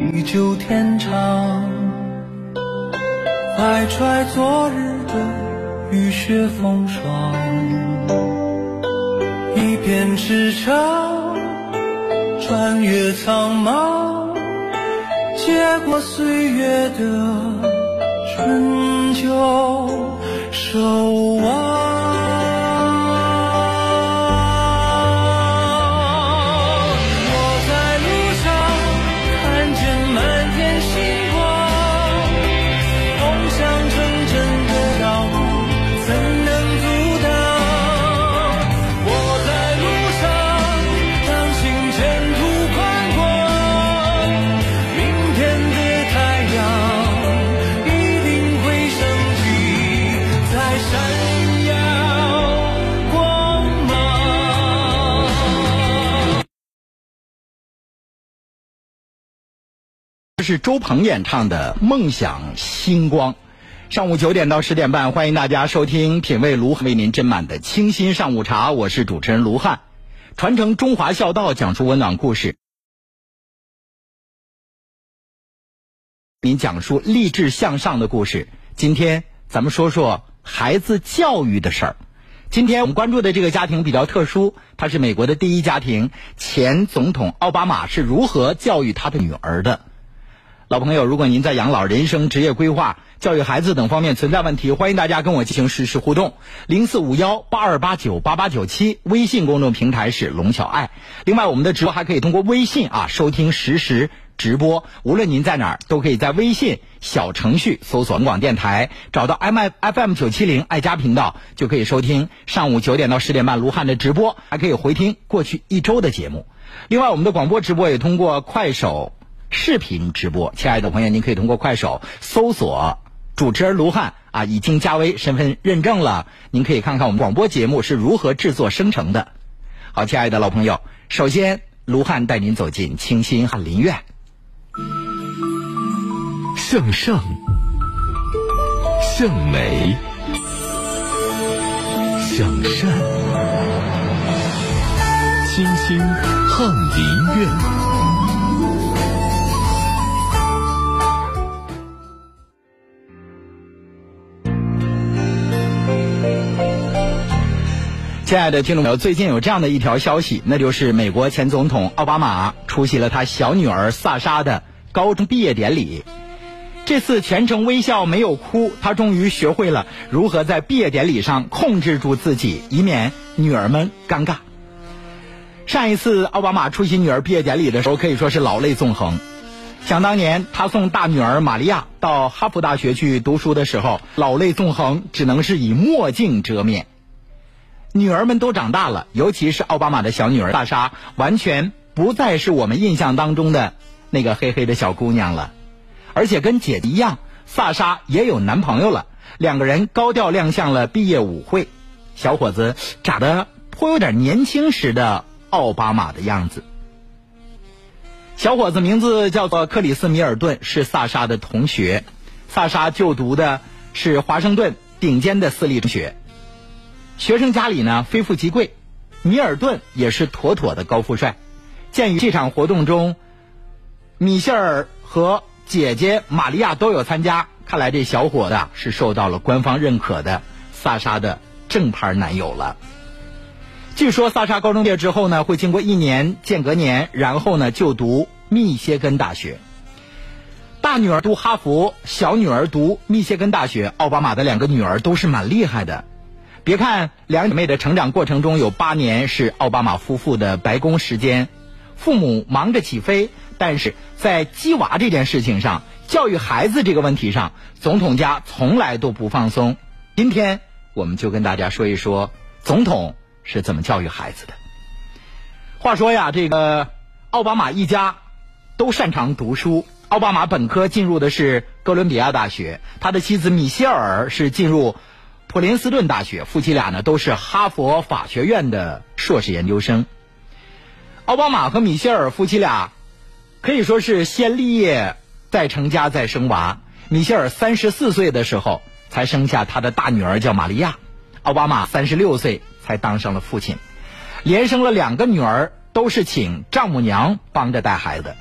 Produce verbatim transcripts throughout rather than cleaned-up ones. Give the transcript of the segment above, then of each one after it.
地久天长，怀揣昨日的雨雪风霜，一边驰骋，穿越苍茫，接过岁月的春秋，守望。 这是周鹏演唱的《梦想星光》。上午九点到十点半，欢迎大家收听品味卢汉为您斟满的清新上午茶，我是主持人卢汉，传承中华孝道，讲述温暖故事，您讲述励志向上的故事。今天咱们说说孩子教育的事儿。今天我们关注的这个家庭比较特殊，他是美国的第一家庭，前总统奥巴马是如何教育他的女儿的。老朋友，如果您在养老、人生、职业规划、教育孩子等方面存在问题，欢迎大家跟我进行实时互动。零四五幺八二八九八八九七，微信公众平台是龙小爱。另外，我们的直播还可以通过微信啊收听实时直播，无论您在哪儿，都可以在微信小程序搜索广电台，找到 F M 九七零爱家频道，就可以收听上午九点到十点半卢汉的直播，还可以回听过去一周的节目。另外，我们的广播直播也通过快手视频直播，亲爱的朋友，您可以通过快手搜索主持人卢汉啊，已经加微身份认证了，您可以看看我们广播节目是如何制作生成的。好，亲爱的老朋友，首先卢汉带您走进清新翰林院。 向上，向美，向善，清新翰林院。 亲爱的听众朋友，最近有这样的一条消息，那就是美国前总统奥巴马出席了他小女儿萨莎的高中毕业典礼。这次全程微笑，没有哭，他终于学会了如何在毕业典礼上控制住自己，以免女儿们尴尬。上一次奥巴马出席女儿毕业典礼的时候，可以说是老泪纵横。想当年他送大女儿玛利亚到哈佛大学去读书的时候，老泪纵横，只能是以墨镜遮面。女儿们都长大了，尤其是奥巴马的小女儿萨莎，完全不再是我们印象当中的那个黑黑的小姑娘了。而且跟姐姐一样，萨莎也有男朋友了，两个人高调亮相了毕业舞会。小伙子长得颇有点年轻时的奥巴马的样子。小伙子名字叫做克里斯·米尔顿，是萨莎的同学。萨莎就读的是华盛顿顶尖的私立中学，学生家里呢非富即贵，米尔顿也是妥妥的高富帅。鉴于这场活动中米歇尔和姐姐玛利亚都有参加，看来这小伙子是受到了官方认可的萨莎的正牌男友了。据说萨莎高中毕业之后呢，会经过一年间隔年，然后呢就读密歇根大学。大女儿读哈佛，小女儿读密歇根大学。奥巴马的两个女儿都是蛮厉害的。别看两姐妹的成长过程中有八年是奥巴马夫妇的白宫时间，父母忙着起飞，但是在鸡娃这件事情上，教育孩子这个问题上，总统家从来都不放松。今天我们就跟大家说一说总统是怎么教育孩子的。话说呀，这个奥巴马一家都擅长读书。奥巴马本科进入的是哥伦比亚大学，他的妻子米歇尔是进入普林斯顿大学，夫妻俩呢都是哈佛法学院的硕士研究生。奥巴马和米歇尔夫妻俩可以说是先立业再成家再生娃。米歇尔三十四岁的时候才生下他的大女儿叫玛利亚，奥巴马三十六岁才当上了父亲，连生了两个女儿，都是请丈母娘帮着带孩子。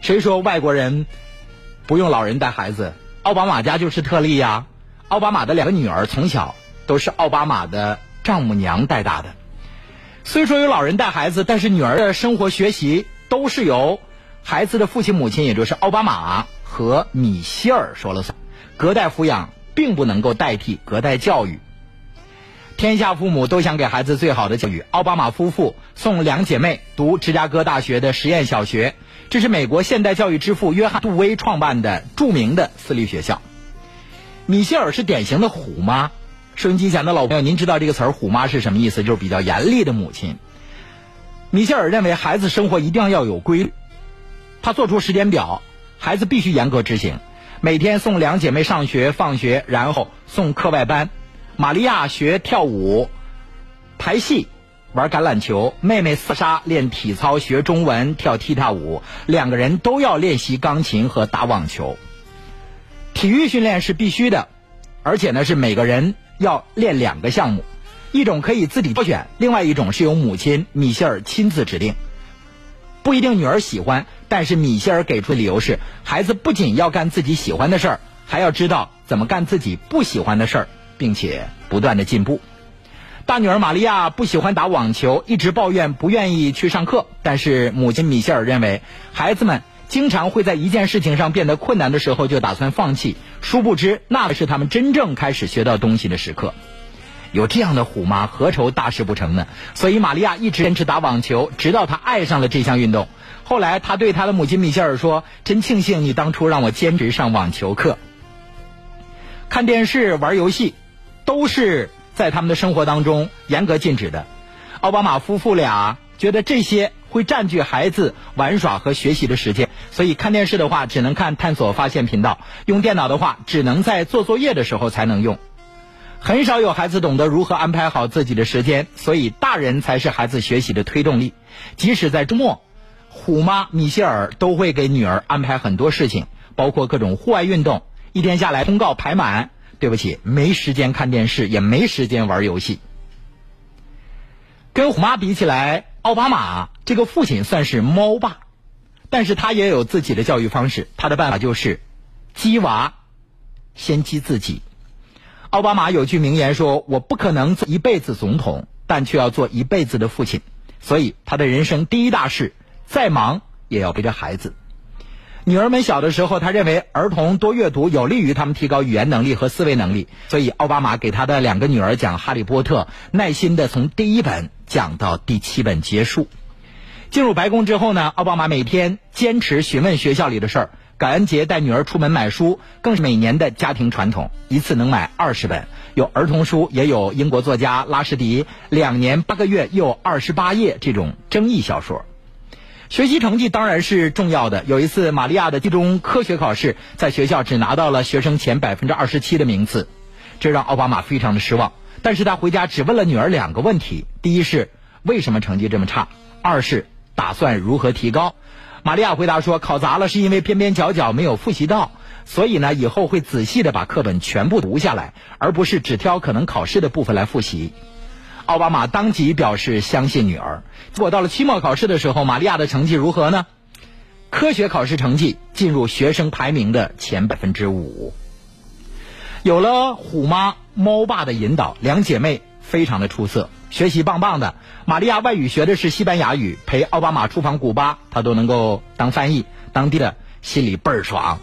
谁说外国人不用老人带孩子？奥巴马家就是特例呀。奥巴马的两个女儿从小都是奥巴马的丈母娘带大的。虽说有老人带孩子，但是女儿的生活学习都是由孩子的父亲母亲，也就是奥巴马和米歇尔说了算。隔代抚养并不能够代替隔代教育。天下父母都想给孩子最好的教育。奥巴马夫妇送两姐妹读芝加哥大学的实验小学，这是美国现代教育之父约翰·杜威创办的著名的私立学校。米歇尔是典型的虎妈。收音机前的老朋友，您知道这个词儿虎妈是什么意思？就是比较严厉的母亲。米歇尔认为孩子生活一定要有规律，他做出时间表，孩子必须严格执行。每天送两姐妹上学放学，然后送课外班。玛利亚学跳舞、排戏、玩橄榄球，妹妹萨莎练体操、学中文、跳踢踏舞，两个人都要练习钢琴和打网球。体育训练是必须的，而且呢是每个人要练两个项目，一种可以自己挑选，另外一种是由母亲米歇尔亲自指定。不一定女儿喜欢，但是米歇尔给出的理由是，孩子不仅要干自己喜欢的事儿，还要知道怎么干自己不喜欢的事儿，并且不断的进步。大女儿玛利亚不喜欢打网球，一直抱怨不愿意去上课，但是母亲米歇尔认为，孩子们经常会在一件事情上变得困难的时候就打算放弃，殊不知那是他们真正开始学到东西的时刻。有这样的虎妈，何愁大事不成呢？所以玛利亚一直坚持打网球，直到她爱上了这项运动。后来她对她的母亲米歇尔说，真庆幸你当初让我坚持上网球课。看电视、玩游戏都是在他们的生活当中严格禁止的。奥巴马夫妇俩觉得这些会占据孩子玩耍和学习的时间，所以看电视的话只能看探索发现频道，用电脑的话只能在做作业的时候才能用。很少有孩子懂得如何安排好自己的时间，所以大人才是孩子学习的推动力。即使在周末，虎妈米歇尔都会给女儿安排很多事情，包括各种户外运动，一天下来通告排满，对不起，没时间看电视，也没时间玩游戏。跟虎妈比起来，奥巴马这个父亲算是猫爸，但是他也有自己的教育方式，他的办法就是激娃先激自己。奥巴马有句名言说，我不可能做一辈子总统，但却要做一辈子的父亲。所以他的人生第一大事，再忙也要陪着孩子。女儿们小的时候，他认为儿童多阅读有利于他们提高语言能力和思维能力，所以奥巴马给他的两个女儿讲哈利波特，耐心的从第一本讲到第七本结束。进入白宫之后呢，奥巴马每天坚持询问学校里的事儿，感恩节带女儿出门买书，更是每年的家庭传统，一次能买二十本，有儿童书，也有英国作家拉什迪两年八个月又二十八页这种争议小说。学习成绩当然是重要的，有一次玛利亚的期中科学考试在学校只拿到了学生前 百分之二十七 的名次，这让奥巴马非常的失望。但是他回家只问了女儿两个问题，第一是为什么成绩这么差，二是打算如何提高。玛利亚回答说，考砸了是因为边边角角没有复习到，所以呢以后会仔细的把课本全部读下来，而不是只挑可能考试的部分来复习。奥巴马当即表示相信女儿。结果到了期末考试的时候，玛利亚的成绩如何呢？科学考试成绩进入学生排名的前 百分之五。 有了虎妈猫爸的引导，两姐妹非常的出色，学习棒棒的。玛利亚外语学的是西班牙语，陪奥巴马出访古巴，她都能够当翻译，当地的心里倍儿爽。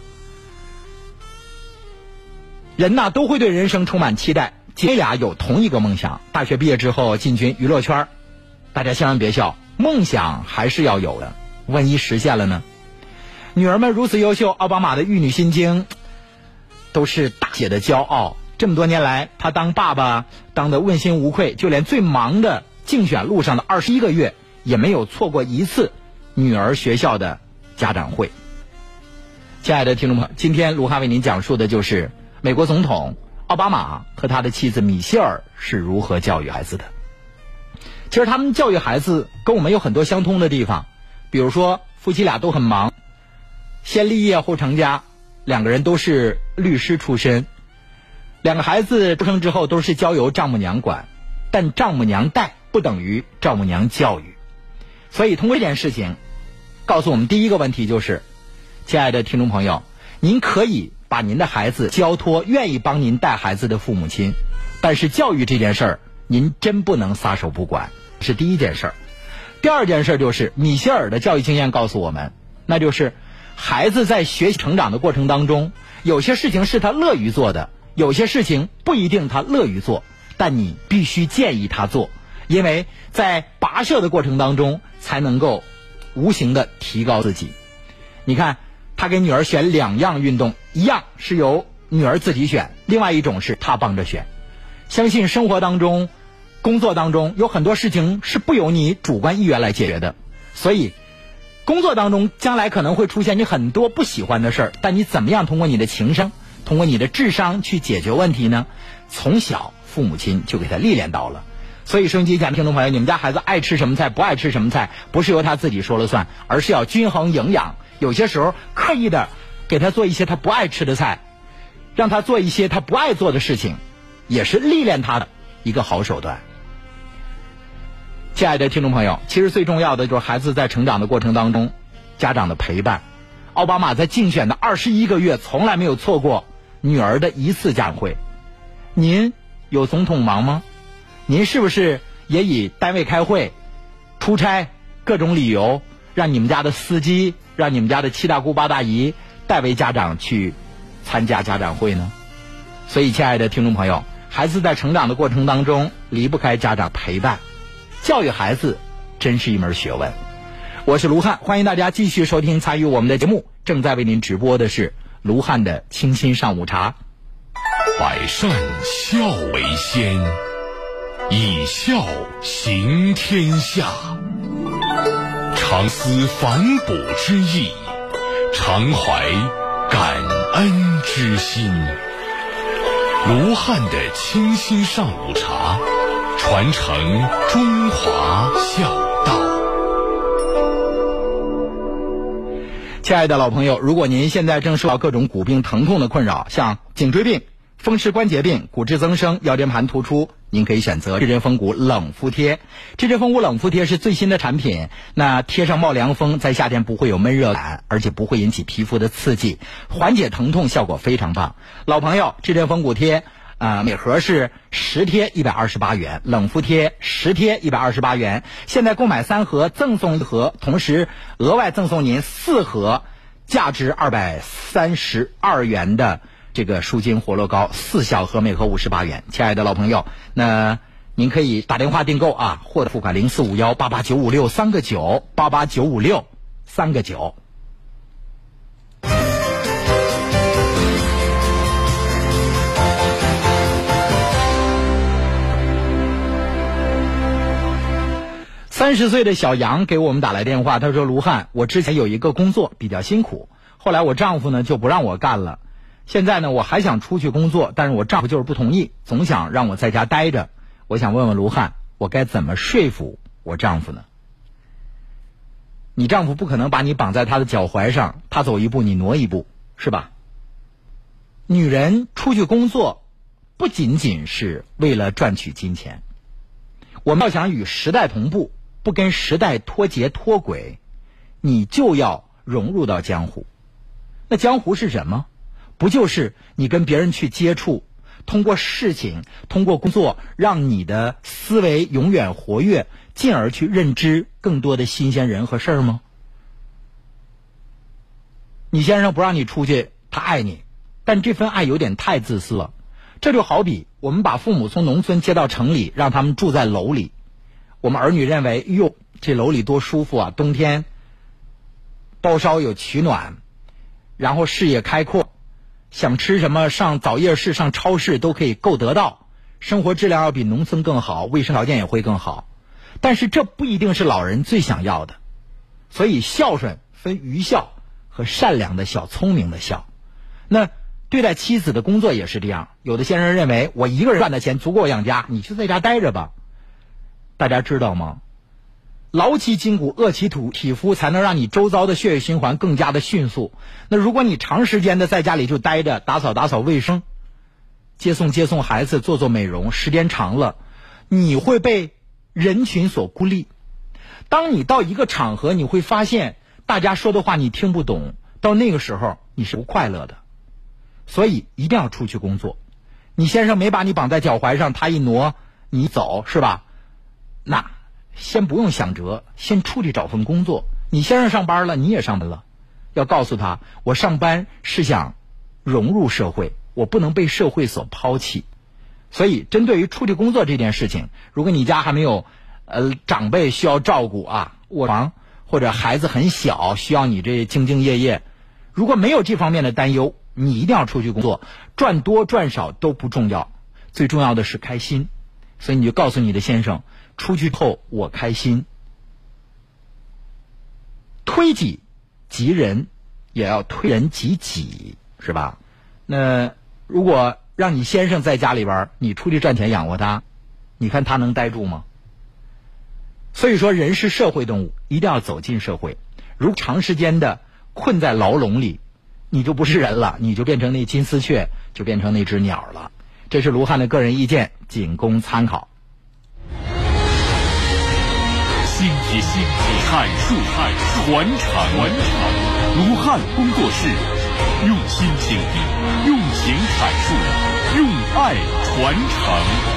人呐都会对人生充满期待，姐妹俩有同一个梦想，大学毕业之后进军娱乐圈。大家千万别笑，梦想还是要有的，万一实现了呢？女儿们如此优秀，奥巴马的玉女心经都是大姐的骄傲。这么多年来，他当爸爸当得问心无愧，就连最忙的竞选路上的二十一个月也没有错过一次女儿学校的家长会。亲爱的听众朋友，今天卢汉为您讲述的就是美国总统奥巴马和他的妻子米歇尔是如何教育孩子的。其实他们教育孩子跟我们有很多相通的地方，比如说夫妻俩都很忙，先立业后成家，两个人都是律师出身，两个孩子出生之后都是交由丈母娘管，但丈母娘带不等于丈母娘教育。所以通过这件事情告诉我们第一个问题，就是亲爱的听众朋友，您可以把您的孩子交托愿意帮您带孩子的父母亲，但是教育这件事儿，您真不能撒手不管，是第一件事儿。第二件事就是米歇尔的教育经验告诉我们，那就是孩子在学习成长的过程当中，有些事情是他乐于做的，有些事情不一定他乐于做，但你必须建议他做，因为在跋涉的过程当中才能够无形的提高自己。你看他给女儿选两样运动，一样是由女儿自己选，另外一种是他帮着选。相信生活当中工作当中有很多事情是不由你主观意愿来解决的，所以工作当中将来可能会出现你很多不喜欢的事儿，但你怎么样通过你的情商，通过你的智商去解决问题呢？从小父母亲就给他历练到了。所以收音机前的听众朋友，你们家孩子爱吃什么菜，不爱吃什么菜，不是由他自己说了算，而是要均衡营养。有些时候刻意的给他做一些他不爱吃的菜，让他做一些他不爱做的事情，也是历练他的一个好手段。亲爱的听众朋友，其实最重要的就是孩子在成长的过程当中，家长的陪伴。奥巴马在竞选的二十一个月从来没有错过女儿的一次家长会。您有总统忙吗？您是不是也以单位开会、出差各种理由，让你们家的司机，让你们家的七大姑八大姨代为家长去参加家长会呢？所以亲爱的听众朋友，孩子在成长的过程当中离不开家长陪伴，教育孩子真是一门学问。我是卢汉，欢迎大家继续收听参与我们的节目。正在为您直播的是卢汉的清新上午茶。 百善孝为先，以孝行天下。常思反哺之意，常怀感恩之心。卢汉的清新上午茶，传承中华孝道。 亲爱的老朋友，如果您现在正受到各种骨病疼痛的困扰，像颈椎病、风湿关节病、骨质增生、腰间盘突出，您可以选择至臻风骨冷敷贴。至臻风骨冷敷贴是最新的产品，那贴上冒凉风，在夏天不会有闷热感，而且不会引起皮肤的刺激，缓解疼痛效果非常棒。老朋友，至臻风骨贴呃，每盒是十贴一百二十八元，冷敷贴十贴一百二十八元。现在购买三盒赠送一盒，同时额外赠送您四盒价值二百三十二元的这个舒筋活络膏，四小盒，每盒五十八元。亲爱的老朋友，那您可以打电话订购啊，或者付款零四五幺八八九五六三个九八八九五六三个九。三十岁的小杨给我们打来电话，他说：卢汉，我之前有一个工作比较辛苦，后来我丈夫呢就不让我干了。现在呢我还想出去工作，但是我丈夫就是不同意，总想让我在家待着。我想问问卢汉，我该怎么说服我丈夫呢？你丈夫不可能把你绑在他的脚踝上，他走一步你挪一步，是吧？女人出去工作不仅仅是为了赚取金钱，我们要想与时代同步，不跟时代脱节脱轨，你就要融入到江湖。那江湖是什么？不就是你跟别人去接触，通过事情，通过工作，让你的思维永远活跃，进而去认知更多的新鲜人和事儿吗？你先生不让你出去，他爱你，但这份爱有点太自私了。这就好比我们把父母从农村接到城里，让他们住在楼里，我们儿女认为，哟，这楼里多舒服啊，冬天包烧有取暖，然后视野开阔，想吃什么上早夜市上超市都可以够得到，生活质量要比农村更好，卫生条件也会更好。但是这不一定是老人最想要的，所以孝顺分愚孝和善良的孝，聪明的孝。那对待妻子的工作也是这样，有的先生认为我一个人赚的钱足够养家，你就在家待着吧。大家知道吗？劳其筋骨，饿其土体肤，才能让你周遭的血液循环更加的迅速。那如果你长时间的在家里就待着，打扫打扫卫生，接送接送孩子，做做美容，时间长了，你会被人群所孤立。当你到一个场合，你会发现大家说的话你听不懂， 到那个时候你是不快乐的。所以一定要出去工作。你先生没把你绑在脚踝上，他一挪你走，是吧？那先不用想辙，先出去找份工作。你先生上班了，你也上班了，要告诉他，我上班是想融入社会，我不能被社会所抛弃。所以针对于出去工作这件事情，如果你家还没有呃长辈需要照顾啊，卧床或者孩子很小需要你这兢兢业业，如果没有这方面的担忧，你一定要出去工作，赚多赚少都不重要，最重要的是开心。所以你就告诉你的先生，出去后我开心。推己及人，也要推人及己，是吧？那如果让你先生在家里边，你出去赚钱养活他，你看他能待住吗？所以说人是社会动物，一定要走进社会。如果长时间的困在牢笼里，你就不是人了，你就变成那金丝雀，就变成那只鸟了。这是卢汉的个人意见，仅供参考。 新题新题阐述传承传承，卢汉工作室用心倾听，用情阐述，用爱传承。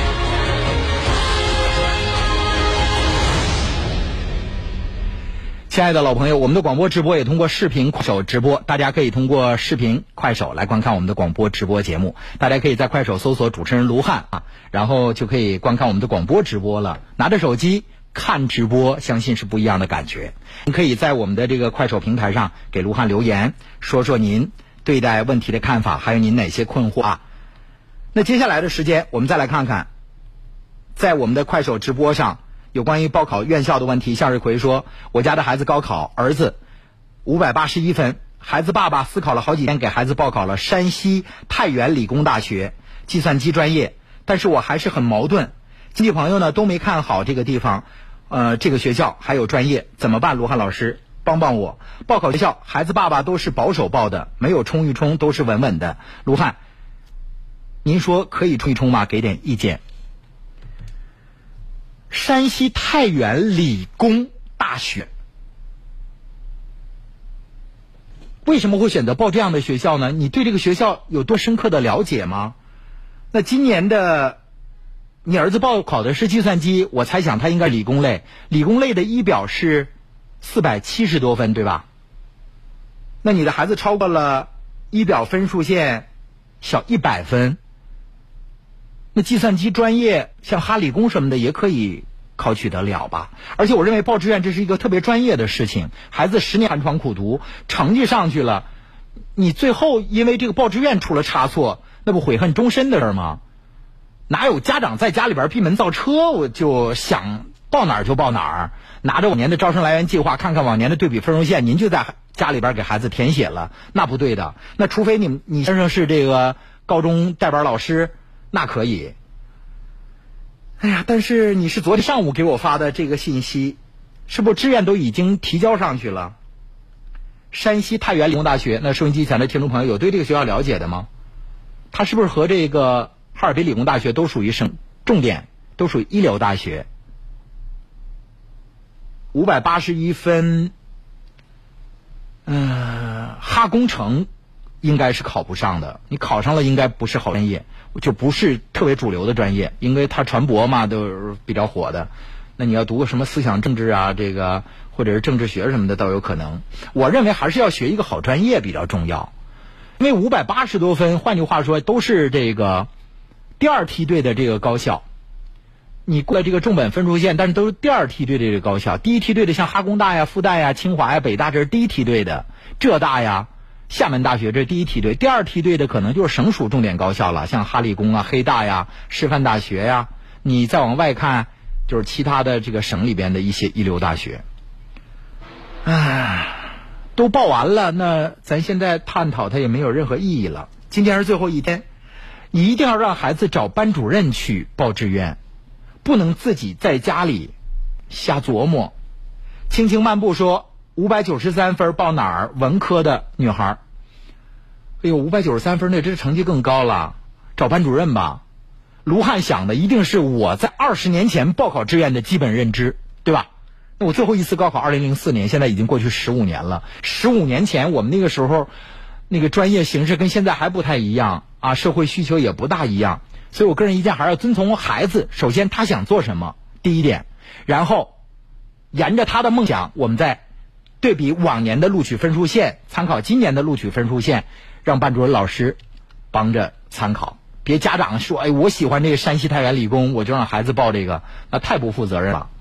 亲爱的老朋友，我们的广播直播也通过视频快手直播，大家可以通过视频快手来观看我们的广播直播节目。大家可以在快手搜索主持人卢汉啊，然后就可以观看我们的广播直播了。拿着手机看直播，相信是不一样的感觉。您可以在我们的这个快手平台上给卢汉留言，说说您对待问题的看法，还有您哪些困惑啊。那接下来的时间，我们再来看看在我们的快手直播上有关于报考院校的问题。向日葵说，我家的孩子高考，儿子五百八十一分，孩子爸爸思考了好几天，给孩子报考了山西太原理工大学计算机专业，但是我还是很矛盾，亲戚朋友呢都没看好这个地方，呃，这个学校还有专业，怎么办？卢汉老师帮帮我。报考学校，孩子爸爸都是保守报的，没有冲一冲，都是稳稳的。卢汉，您说可以冲一冲吗？给点意见。山西太原理工大学为什么会选择报这样的学校呢？你对这个学校有多深刻的了解吗？那今年的你儿子报考的是计算机，我猜想他应该理工类，理工类的一表是四百七十多分，对吧？那你的孩子超过了一表分数线小一百分，那计算机专业像哈理工什么的也可以考取得了吧？而且我认为报志愿这是一个特别专业的事情，孩子十年寒窗苦读，成绩上去了，你最后因为这个报志愿出了差错，那不悔恨终身的事吗？哪有家长在家里边闭门造车，我就想报哪儿就报哪儿，拿着往年的招生来源计划，看看往年的对比分数线，您就在家里边给孩子填写了，那不对的。那除非你你先生是这个高中带班老师，那可以。哎呀，但是你是昨天上午给我发的这个信息，是不是志愿都已经提交上去了？山西太原理工大学，那收音机前的听众朋友有对这个学校了解的吗？它是不是和这个哈尔滨理工大学都属于省重点，都属于一流大学？五百八十一分，呃，哈工程应该是考不上的，你考上了应该不是好专业，就不是特别主流的专业，因为它传播嘛都是比较火的。那你要读个什么思想政治啊，这个或者是政治学什么的都有可能。我认为还是要学一个好专业比较重要，因为五百八十多分，换句话说都是这个第二梯队的这个高校。你过了这个重本分数线，但是都是第二梯队的这个高校，第一梯队的像哈工大呀、复旦呀、清华呀、北大，这是第一梯队的，浙大呀、厦门大学这是第一梯队，第二梯队的可能就是省属重点高校了，像哈理工啊、黑大呀、师范大学呀，你再往外看就是其他的这个省里边的一些一流大学。唉，都报完了，那咱现在探讨它也没有任何意义了。今天是最后一天，你一定要让孩子找班主任去报志愿，不能自己在家里瞎琢磨。轻轻漫步说五百九十三分报哪儿？文科的女孩。哎呦，五百九十三分那这成绩更高了，找班主任吧。卢汉想的一定是我在二十年前报考志愿的基本认知，对吧？ 我最后一次高考二零零四年，现在已经过去十五年了。十五年前我们那个时候那个专业形式跟现在还不太一样啊，社会需求也不大一样，所以我个人意见还是要遵从孩子，首先他想做什么，第一点，然后沿着他的梦想，我们再对比往年的录取分数线，参考今年的录取分数线，让班主任老师帮着参考。别家长说，哎，我喜欢这个山西太原理工，我就让孩子报这个，那太不负责任了。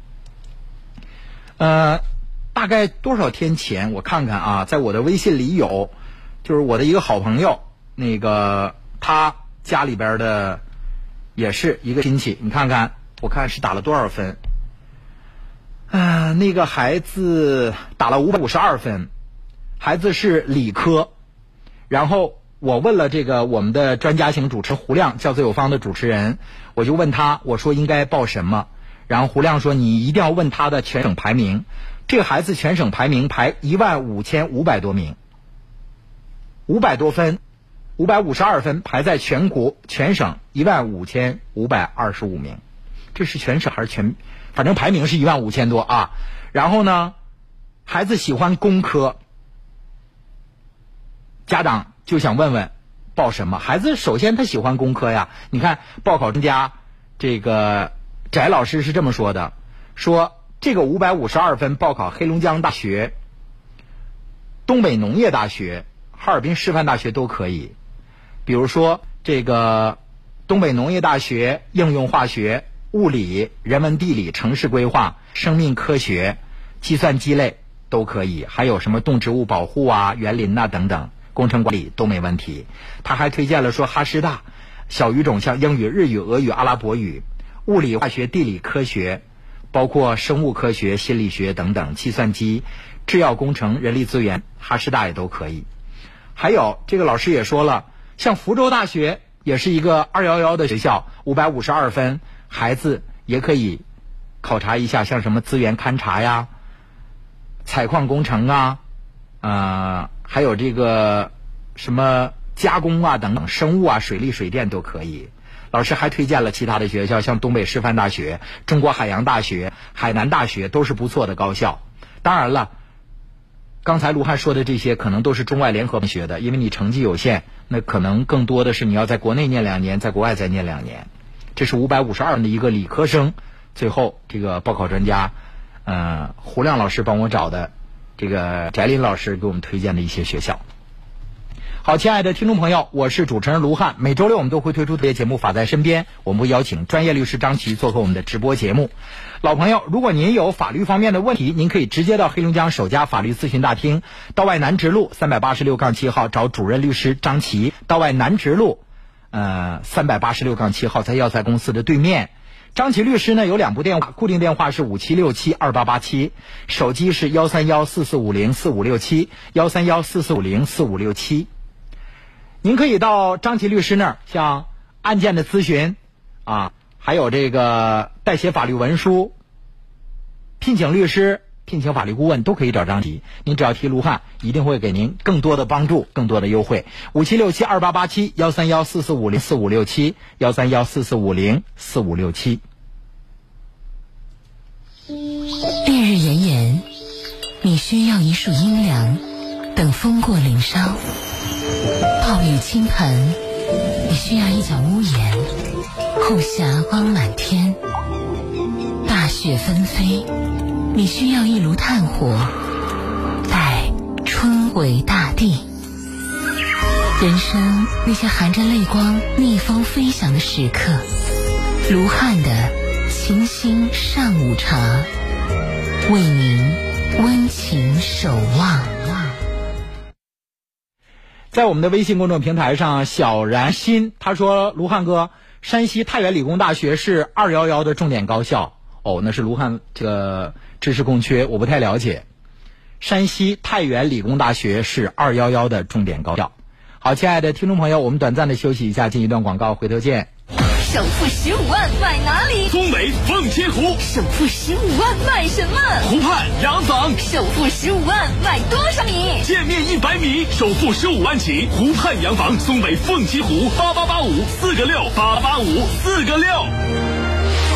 呃，大概多少天前，我看看啊，在我的微信里有，就是我的一个好朋友，那个他家里边的也是一个亲戚，你看看，我看是打了多少分？啊、呃，那个孩子打了五百五十二分，孩子是理科，然后我问了这个我们的专家型主持胡亮，教资有方的主持人，我就问他，我说应该报什么？然后胡亮说你一定要问他的全省排名，这个孩子全省排名排一万五千五百多名，五百多分，五百五十二分，排在全国全省一万五千五百二十五名，这是全省还是全？反正排名是一万五千多啊。然后呢，孩子喜欢工科，家长就想问问报什么？孩子首先他喜欢工科呀，你看报考专家这个翟老师是这么说的，说这个五百五十二分报考黑龙江大学、东北农业大学、哈尔滨师范大学都可以。比如说这个东北农业大学应用化学、物理、人文地理、城市规划、生命科学、计算机类都可以，还有什么动植物保护啊、园林啊等等，工程管理都没问题。他还推荐了说哈师大小语种，像英语、日语、俄语、阿拉伯语、物理、化学、地理科学，包括生物科学、心理学等等，计算机、制药工程、人力资源，哈师大也都可以。还有这个老师也说了，像福州大学也是一个二一一的学校，五百五十二分，孩子也可以考察一下，像什么资源勘察呀、采矿工程啊，呃，还有这个什么加工啊等等，生物啊、水利、水电都可以。老师还推荐了其他的学校，像东北师范大学、中国海洋大学、海南大学，都是不错的高校。当然了，刚才卢汉说的这些可能都是中外联合学的，因为你成绩有限，那可能更多的是你要在国内念两年，在国外再念两年。这是五百五十二的一个理科生，最后这个报考专家呃，胡亮老师帮我找的，这个翟林老师给我们推荐的一些学校。好，亲爱的听众朋友，我是主持人卢汉。每周六我们都会推出特别节目《法在身边》，我们会邀请专业律师张琪做客我们的直播节目。老朋友，如果您有法律方面的问题，您可以直接到黑龙江首家法律咨询大厅道外南直路三百八十六杠七号找主任律师张琪。道外南直路呃三百八十六杠七号，在药材公司的对面。张琪律师呢有两部电话，固定电话是五七六七二八八七，手机是幺三幺四四五零四五六七幺三幺四四五零四五六七。您可以到张琪律师那儿，像案件的咨询啊，还有这个代写法律文书、聘请律师、聘请法律顾问，都可以找张琪。您只要提卢汉，一定会给您更多的帮助，更多的优惠。五七六七二八八七幺三幺四四五零四五六七幺三幺四四五零四五六七。 烈日炎炎，你需要一束阴凉，等风过林梢；暴雨倾盆，你需要一角屋檐，后霞光满天；大雪纷飞，你需要一炉炭火，待春回大地。人生那些含着泪光逆风飞翔的时刻，卢汉的清新上午茶，为您温情守望。 在我们的微信公众平台上，小然心他说，卢汉哥，山西太原理工大学是二一一的重点高校。哦，那是卢汉这个知识空缺，我不太了解。山西太原理工大学是二一一的重点高校。好，亲爱的听众朋友，我们短暂的休息一下，进一段广告，回头见。 首付十五万买哪里？ 东北凤栖湖。 首付十五万买什么？ 湖畔洋房。 首付十五万买多少米？ 建面一百米，首付十五万起。湖畔洋房，松北凤栖湖，八八八五四个六，八八五四个六。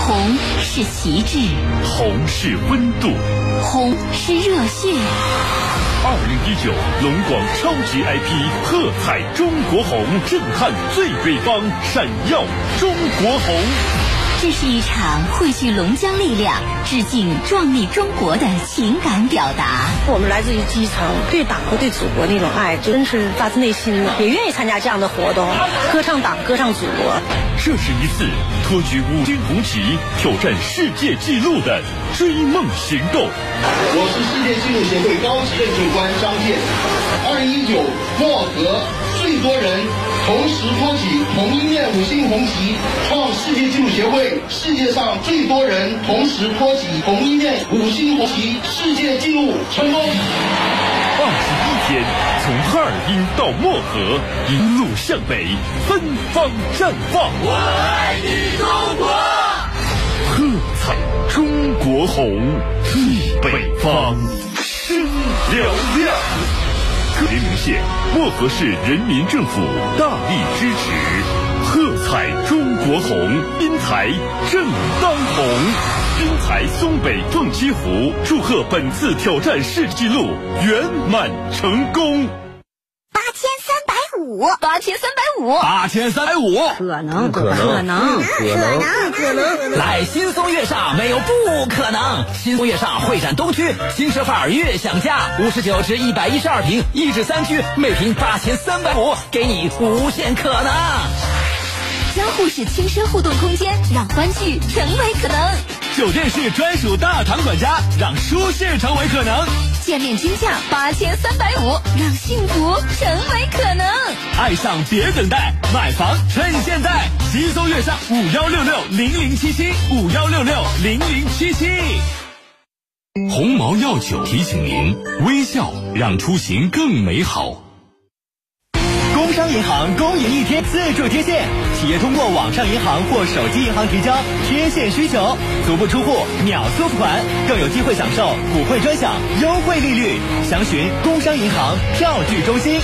红是旗帜， 红是温度， 红是热血。 二零一九龙广超级 I P 喝彩中国红，震撼最北方，闪耀中国红。 这是一场汇聚龙江力量、致敬壮丽中国的情感表达。 我们来自于基层，对党和对祖国那种爱，真是发自内心的，也愿意参加这样的活动，歌唱党，歌唱祖国。 这是一次托举五星红旗、挑战世界纪录的追梦行动。 我是世界纪录协会高级认证官张健。二零一九莫格最多人同时托起同一面五星红旗，创世界纪录协会世界上最多人同时托起同一面五星红旗世界纪录成功。 二十一天，从哈尔滨到漠河，一路向北，芬芳绽放。我爱你，中国！喝彩中国红，最北方，声嘹亮。临沂县漠河市人民政府大力支持，喝彩中国红，滨财正当红。滨财松北凤栖湖祝贺本次挑战世纪录圆满成功。 八千三百五，八千三百五， 八千三百五， 可能， 可能， 可能， 可能，可能。来新松月上，没有不可能。新松月上会展东区，新奢范儿悦享家，五十九至一百一十二平，一至三居，每平八千三百五，给你无限可能。 交互式轻奢互动空间，让欢聚成为可能。 酒店式专属大堂管家，让舒适成为可能。 见面均价八千三百五，让幸福成为可能。 爱上别等待，买房趁现在。新松月上五幺六六零零七七五幺六六零零七七。 鸿茅药酒提醒您：微笑让出行更美好。 工商银行公营一贴自助贴现，企业通过网上银行或手机银行提交贴现需求，足不出户秒速付款，更有机会享受普惠专享优惠利率。详询工商银行票据中心。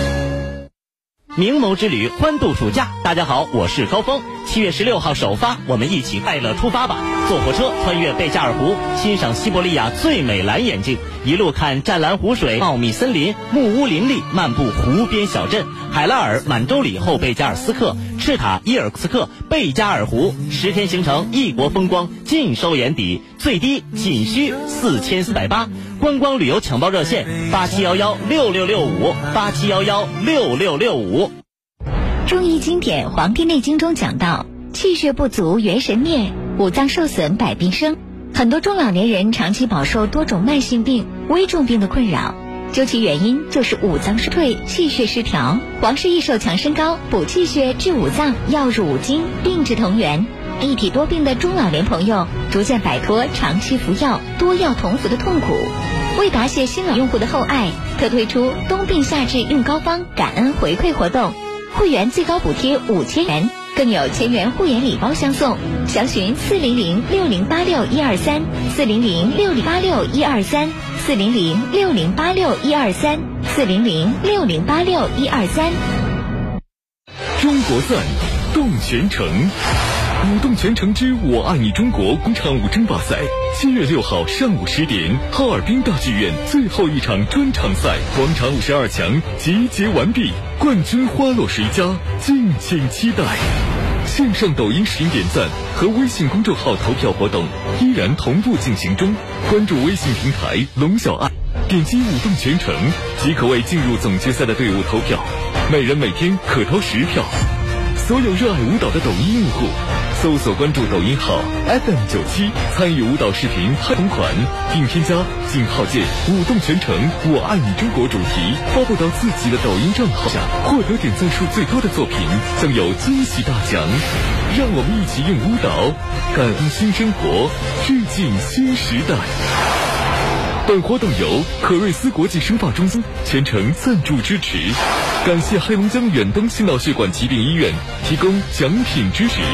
明眸之旅，欢度暑假。大家好，我是高峰。七月十六号首发，我们一起快乐出发吧！坐火车穿越贝加尔湖，欣赏西伯利亚最美蓝眼睛，一路看湛蓝湖水、茂密森林、木屋林立，漫步湖边小镇，海拉尔、满洲里后贝加尔斯克、赤塔、伊尔库斯克、贝加尔湖，十天行程，异国风光尽收眼底，最低仅需四千四百八。观光旅游抢报热线：八七幺幺六六六五八七幺幺六六六五。 中医经典《黄帝内经》中讲到，气血不足元神灭，五脏受损百病生。很多中老年人长期饱受多种慢性病、危重病的困扰，究其原因就是五脏衰退、气血失调。黄氏益寿强身膏补气血、治五脏，药入五经，病治同源。一体多病的中老年朋友逐渐摆脱长期服药、多药同服的痛苦。为答谢新老用户的厚爱，特推出冬病夏治用膏方感恩回馈活动，会员最高补贴五千元，更有千元护眼礼包相送。详询四零零六零八六一二三四零零六零八六一二三四零零六零八六一二三四零零六零八六一二三。 中国赞，动全城。舞动全城之我爱你中国广场舞争霸赛，七月六号上午十点，哈尔滨大剧院最后一场专场赛，广场舞十二强集结完毕，冠军花落谁家，敬请期待。线上抖音视频点赞和微信公众号投票活动依然同步进行中，关注微信平台龙小爱，点击舞动全城即可为进入总决赛的队伍投票，每人每天可投十票。所有热爱舞蹈的抖音用户，搜索关注抖音号 F M 九七，参与舞蹈视频拍同款，并添加井号键舞动全城我爱你中国主题，发布到自己的抖音账号下，获得点赞数最多的作品将有惊喜大奖。让我们一起用舞蹈感恩新生活，致敬新时代。本活动由可瑞斯国际生化中心全程赞助支持，感谢黑龙江远东心脑血管疾病医院提供奖品支持。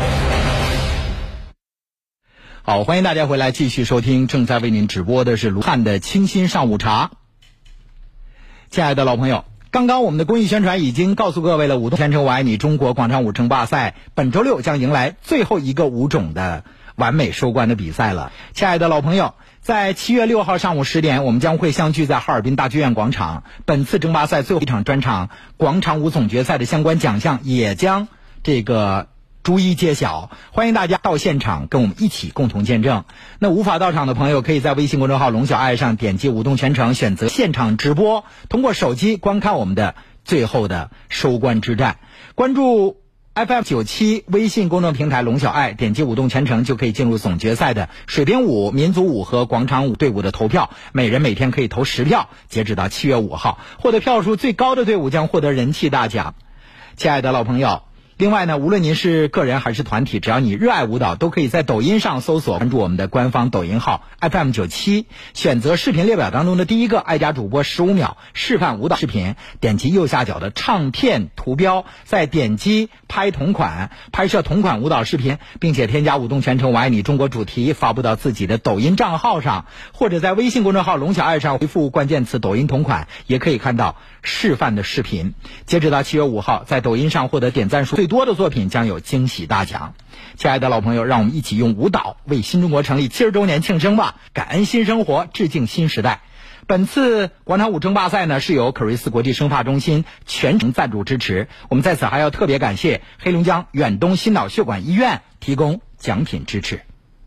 好，欢迎大家回来继续收听，正在为您直播的是卢汉的清新上午茶。亲爱的老朋友， 刚刚我们的公益宣传已经告诉各位了，舞动全程我爱你中国广场舞争霸赛本周六将迎来最后一个舞种的完美收官的比赛了。亲爱的老朋友，在七月六号上午十点，我们将会相聚在哈尔滨大剧院广场。本次争霸赛最后一场专场广场舞总决赛的相关奖项也将这个逐一揭晓，欢迎大家到现场跟我们一起共同见证。那无法到场的朋友，可以在微信公众号龙小爱上点击舞动全程，选择现场直播，通过手机观看我们的最后的收官之战。关注 F M 九七 微信公众平台龙小爱，点击舞动全程就可以进入总决赛的水边舞、民族舞和广场舞队伍的投票，每人每天可以投十票，截止到七月五号，获得票数最高的队伍将获得人气大奖。亲爱的老朋友，另外呢，无论您是个人还是团体，只要你热爱舞蹈，都可以在抖音上搜索关注我们的官方抖音号 F M 九七， 选择视频列表当中的第一个爱家主播十五秒示范舞蹈视频，点击右下角的唱片图标，再点击拍同款，拍摄同款舞蹈视频，并且添加舞动全程我爱你中国主题发布到自己的抖音账号上，或者在微信公众号龙小爱上回复关键词抖音同款，也可以看到示范的视频。截止到七月五号，在抖音上获得点赞数最多的作品将有惊喜大奖。亲爱的老朋友，让我们一起用舞蹈为新中国成立七十周年庆生吧！感恩新生活，致敬新时代。本次广场舞争霸赛呢，是由可瑞斯国际生发中心全程赞助支持。我们在此还要特别感谢黑龙江远东心脑血管医院提供奖品支持。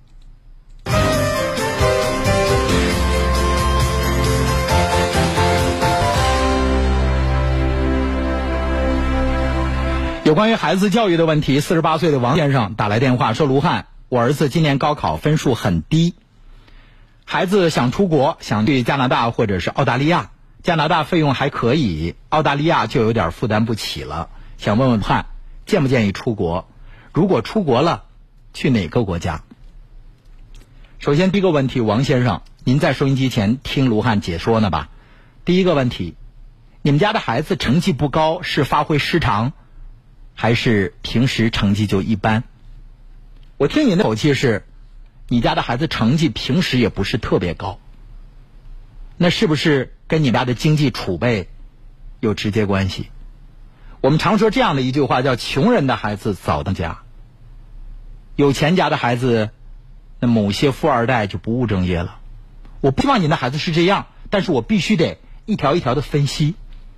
有关于孩子教育的问题，四十八岁的王先生打来电话说，卢汉，我儿子今年高考分数很低，孩子想出国，想去加拿大或者是澳大利亚，加拿大费用还可以，澳大利亚就有点负担不起了，想问问汉建不建议出国，如果出国了去哪个国家？首先第一个问题，王先生您在收音机前听卢汉解说呢吧。第一个问题，你们家的孩子成绩不高是发挥失常，还是平时成绩就一般？我听你的口气是你家的孩子成绩平时也不是特别高，那是不是跟你们家的经济储备有直接关系？我们常说这样的一句话，叫穷人的孩子早当家，有钱家的孩子，那某些富二代就不务正业了。我不希望你的孩子是这样，但是我必须得一条一条的分析。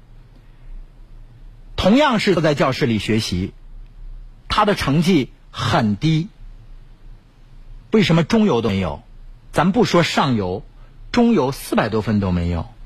同样是坐在教室里学习，他的成绩很低，为什么中游都没有？咱不说上游，中游四百多分都没有。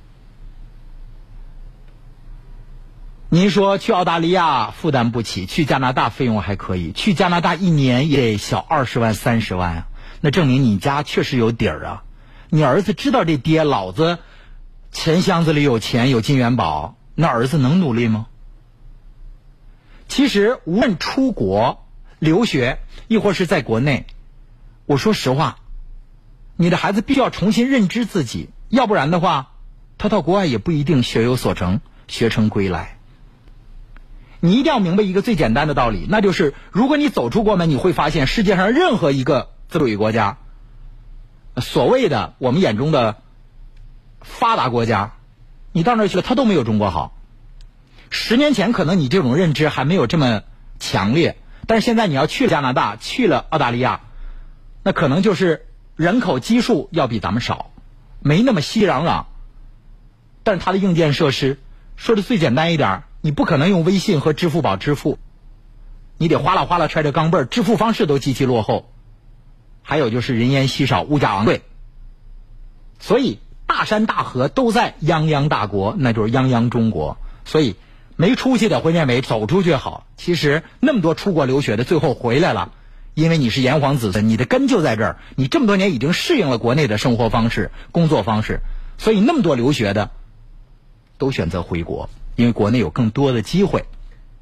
您说去澳大利亚负担不起，去加拿大费用还可以，去加拿大一年也得小二十万三十万啊，那证明你家确实有底儿啊。你儿子知道这爹老子钱箱子里有钱有金元宝，那儿子能努力吗？其实无论出国留学亦或是在国内，我说实话，你的孩子必须要重新认知自己，要不然的话他到国外也不一定学有所成，学成归来。你一定要明白一个最简单的道理，那就是如果你走出国门，你会发现世界上任何一个自主主义国家，所谓的我们眼中的发达国家，你到那儿去了，它都没有中国好。十年前可能你这种认知还没有这么强烈，但是现在你要去了加拿大，去了澳大利亚，那可能就是人口基数要比咱们少，没那么熙攘攘，但是它的硬件设施，说的最简单一点，你不可能用微信和支付宝支付，你得哗啦哗啦揣着钢镚儿，支付方式都极其落后，还有就是人烟稀少，物价昂贵，所以大山大河都在泱泱大国，那就是泱泱中国。所以没出息的会认为走出去好，其实那么多出国留学的最后回来了，因为你是炎黄子孙，你的根就在这儿，你这么多年已经适应了国内的生活方式、工作方式，所以那么多留学的都选择回国，因为国内有更多的机会。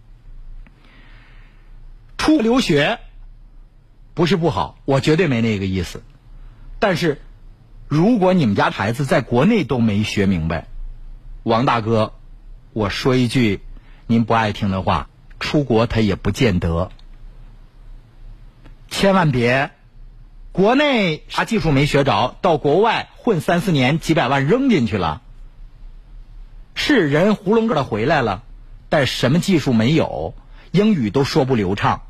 出国留学不是不好，我绝对没那个意思，但是如果你们家孩子在国内都没学明白，王大哥，我说一句您不爱听的话，出国他也不见得。千万别国内啥技术没学着，到国外混三四年几百万扔进去了， 是人囫囵个的回来了，但什么技术没有，英语都说不流畅，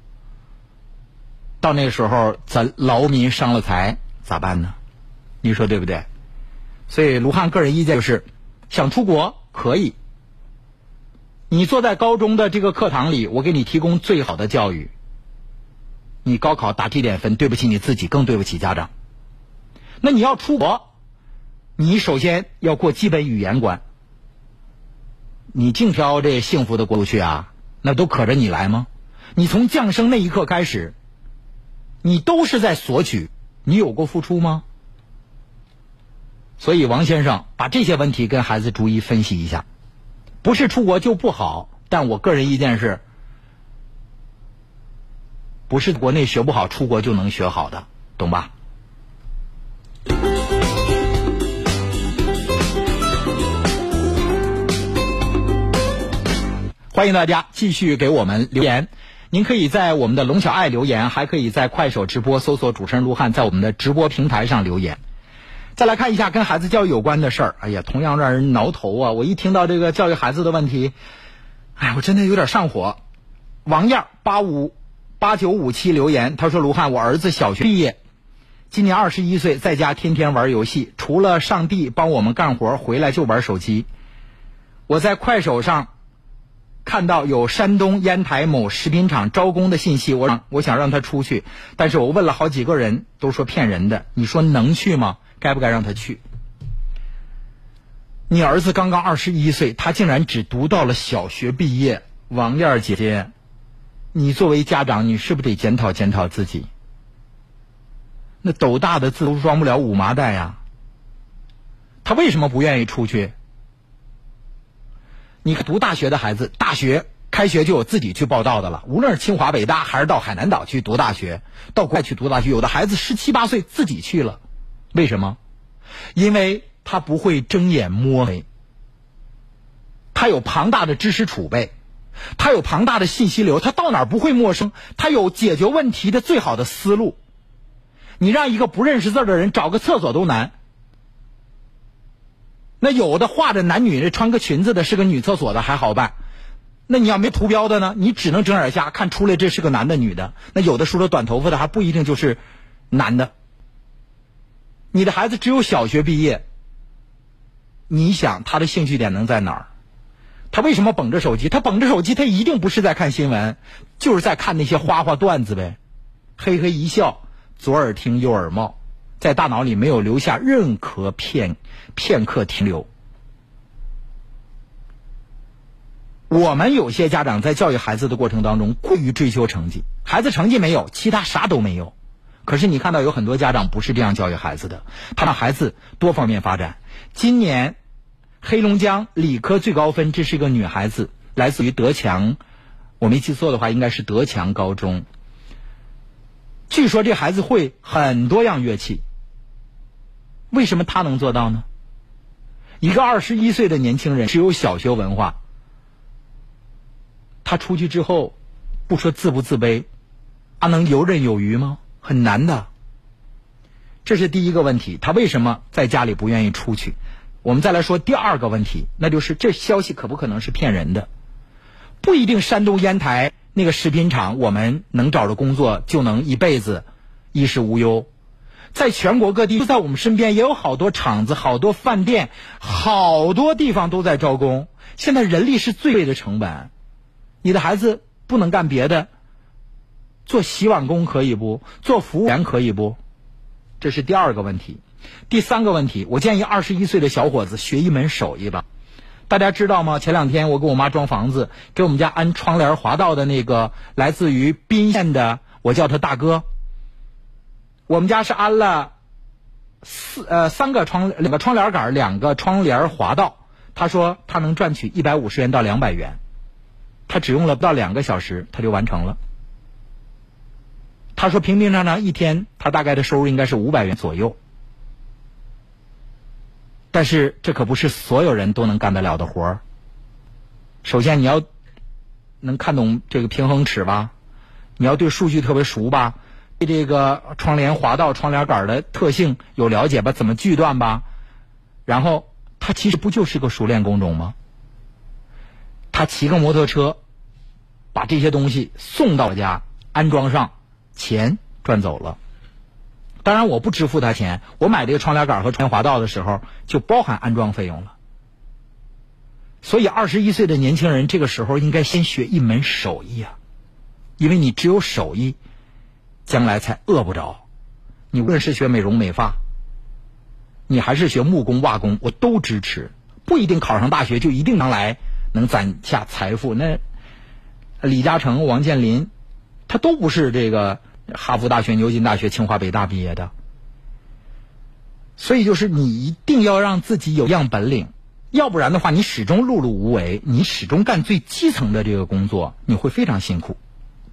到那个时候咱劳民伤了财咋办呢？你说对不对？所以卢汉个人意见就是，想出国可以，你坐在高中的这个课堂里，我给你提供最好的教育，你高考打低点分，对不起你自己，更对不起家长。那你要出国，你首先要过基本语言关，你净挑这幸福的国度去啊，那都可着你来吗？你从降生那一刻开始，你都是在索取，你有过付出吗？所以王先生把这些问题跟孩子逐一分析一下，不是出国就不好，但我个人意见是，不是国内学不好，出国就能学好的，懂吧？欢迎大家继续给我们留言，您可以在我们的龙小爱留言，还可以在快手直播搜索主持人卢汉，在我们的直播平台上留言。再来看一下跟孩子教育有关的事儿，哎呀，同样让人挠头啊！我一听到这个教育孩子的问题，哎，我真的有点上火。王燕八五八九五七留言，他说：卢汉，我儿子小学毕业，今年二十一岁，在家天天玩游戏，除了上地帮我们干活，回来就玩手机。我在快手上看到有山东烟台某食品厂招工的信息，我让我想让他出去，但是我问了好几个人，都说骗人的。你说能去吗？该不该让他去？你儿子刚刚二十一岁，他竟然只读到了小学毕业。王燕姐姐，你作为家长，你是不是得检讨检讨自己？那斗大的字都装不了五麻袋呀。他为什么不愿意出去？你读大学的孩子，大学开学就有自己去报到的了，无论是清华北大还是到海南岛去读大学，到国外去读大学，有的孩子十七八岁自己去了。为什么？因为他不会睁眼摸黑，他有庞大的知识储备，他有庞大的信息流，他到哪儿不会陌生，他有解决问题的最好的思路。你让一个不认识字的人找个厕所都难，那有的画着男女穿个裙子的是个女厕所的还好办，那你要没图标的呢，你只能睁眼瞎看出来这是个男的女的，那有的梳着短头发的还不一定就是男的。你的孩子只有小学毕业，你想他的兴趣点能在哪儿？他为什么捧着手机？他捧着手机，他一定不是在看新闻，就是在看那些花花段子呗。嘿嘿一笑，左耳听右耳冒，在大脑里没有留下任何片片刻停留。我们有些家长在教育孩子的过程当中过于追求成绩，孩子成绩没有，其他啥都没有。可是你看到有很多家长不是这样教育孩子的，他让孩子多方面发展。今年黑龙江理科最高分，这是一个女孩子，来自于德强，我没记错的话应该是德强高中。据说这孩子会很多样乐器，为什么他能做到呢？一个二十一岁的年轻人，只有小学文化，他出去之后不说自不自卑，他能游刃有余吗？很难的。这是第一个问题，他为什么在家里不愿意出去？我们再来说第二个问题，那就是这消息可不可能是骗人的？不一定山东烟台那个食品厂我们能找着工作就能一辈子衣食无忧，在全国各地，就在我们身边也有好多厂子，好多饭店，好多地方都在招工。现在人力是最贵的成本，你的孩子不能干别的，做洗碗工可以不？做服务员可以不？这是第二个问题。第三个问题，我建议二十一岁的小伙子学一门手艺吧。大家知道吗？前两天我给我妈装房子，给我们家安窗帘滑道的那个来自于宾县的，我叫他大哥。我们家是安了四呃三个窗两个窗帘杆，两个窗帘滑道。他说他能赚取一百五十元到两百元，他只用了不到两个小时，他就完成了。他说平平常常一天他大概的收入应该是五百元左右，但是这可不是所有人都能干得了的活儿。首先你要能看懂这个平衡尺吧，你要对数据特别熟吧，对这个窗帘滑道窗帘杆的特性有了解吧，怎么锯断吧，然后他其实不就是个熟练工种吗？他骑个摩托车把这些东西送到我家，安装上，钱赚走了。当然我不支付他钱，我买这个窗帘杆和窗滑道的时候就包含安装费用了。所以二十一岁的年轻人这个时候应该先学一门手艺啊，因为你只有手艺，将来才饿不着。你无论是学美容美发，你还是学木工瓦工，我都支持。不一定考上大学就一定将来能攒下财富。那李嘉诚、王健林，他都不是这个哈佛大学、牛津大学、清华北大毕业的。所以就是你一定要让自己有样本领，要不然的话你始终碌碌无为，你始终干最基层的这个工作，你会非常辛苦。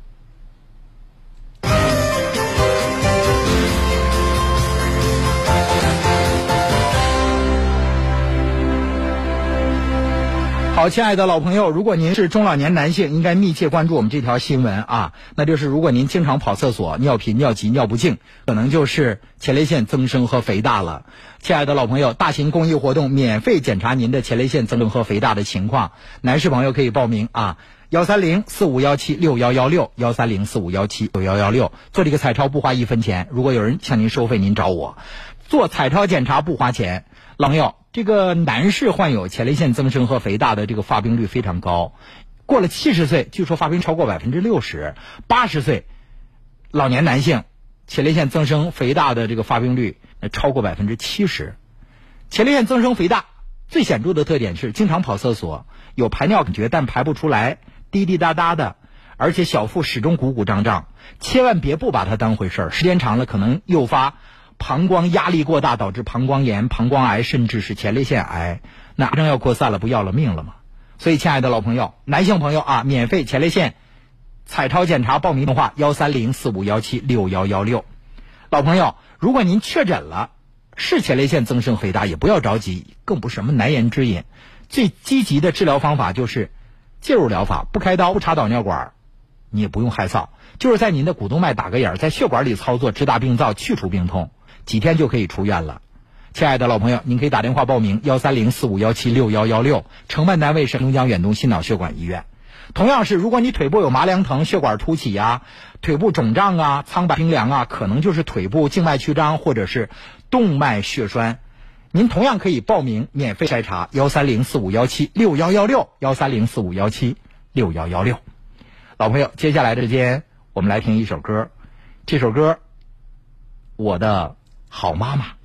好，亲爱的老朋友，如果您是中老年男性，应该密切关注我们这条新闻啊。那就是如果您经常跑厕所、尿频、尿急、尿不尽，可能就是前列腺增生和肥大了。亲爱的老朋友，大型公益活动免费检查您的前列腺增生和肥大的情况，男士朋友可以报名啊，幺三零四五幺七六幺幺六，幺三零四五幺七六幺幺六，做这个彩超不花一分钱。如果有人向您收费，您找我。做彩超检查不花钱。老朋友，这个男士患有前列腺增生和肥大的这个发病率非常高，过了七十岁，据说发病超过百分之六十，八十岁老年男性前列腺增生肥大的这个发病率超过百分之七十。前列腺增生肥大最显著的特点是经常跑厕所，有排尿感觉但排不出来，滴滴答答的，而且小腹始终鼓鼓胀胀，千万别不把它当回事儿，时间长了可能诱发膀胱压力过大，导致膀胱炎、膀胱癌，甚至是前列腺癌，那癌症要扩散了，不要了命了吗？所以亲爱的老朋友，男性朋友啊，免费前列腺彩超检查报名电话幺三零四五幺七六幺幺六。老朋友，如果您确诊了是前列腺增生肥大，也不要着急，更不是什么难言之隐。最积极的治疗方法就是介入疗法，不开刀，不插导尿管，你也不用害臊，就是在您的股动脉打个眼，在血管里操作，直达病灶，去除病痛，几天就可以出院了。亲爱的老朋友，您可以打电话报名幺三零四五幺七六幺幺六，承办单位是铿江远东心脑血管医院。同样是，如果你腿部有麻凉疼、血管凸起啊、腿部肿胀啊、苍白冰凉啊，可能就是腿部静脉曲张或者是动脉血栓，您同样可以报名免费筛查幺三零四五幺七六幺幺六，幺三零四五幺七六幺幺六。老朋友，接下来的时间我们来听一首歌，这首歌我的好妈妈。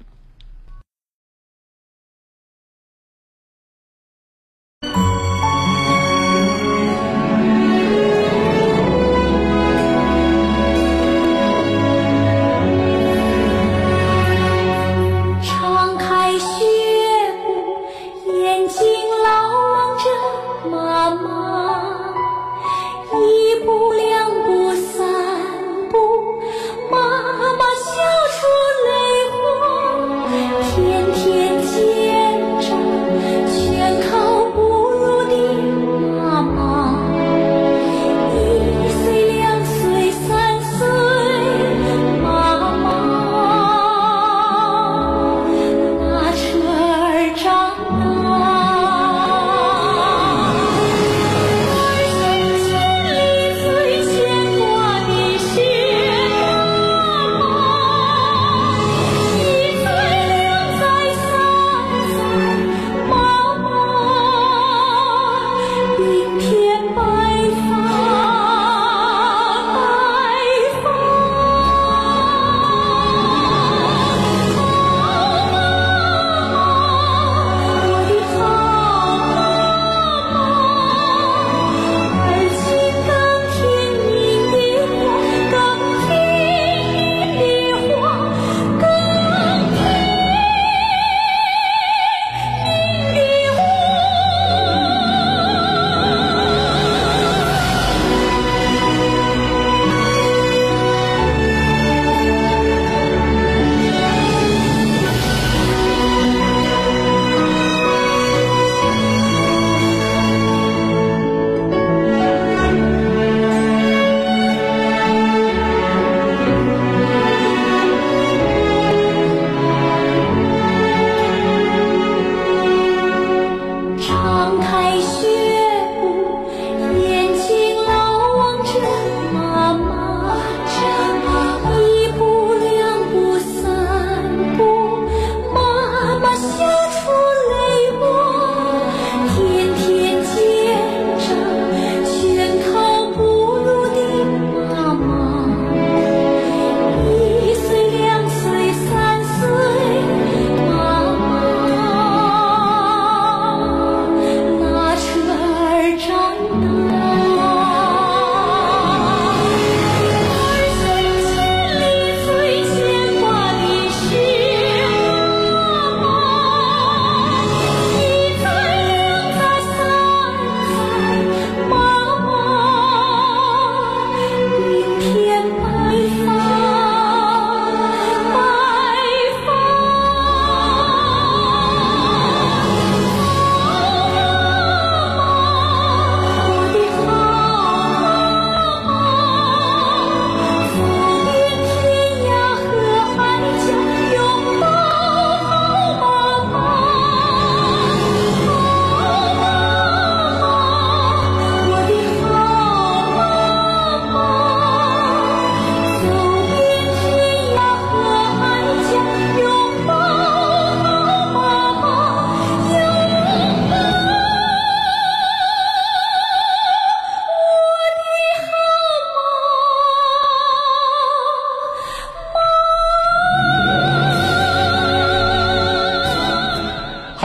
儿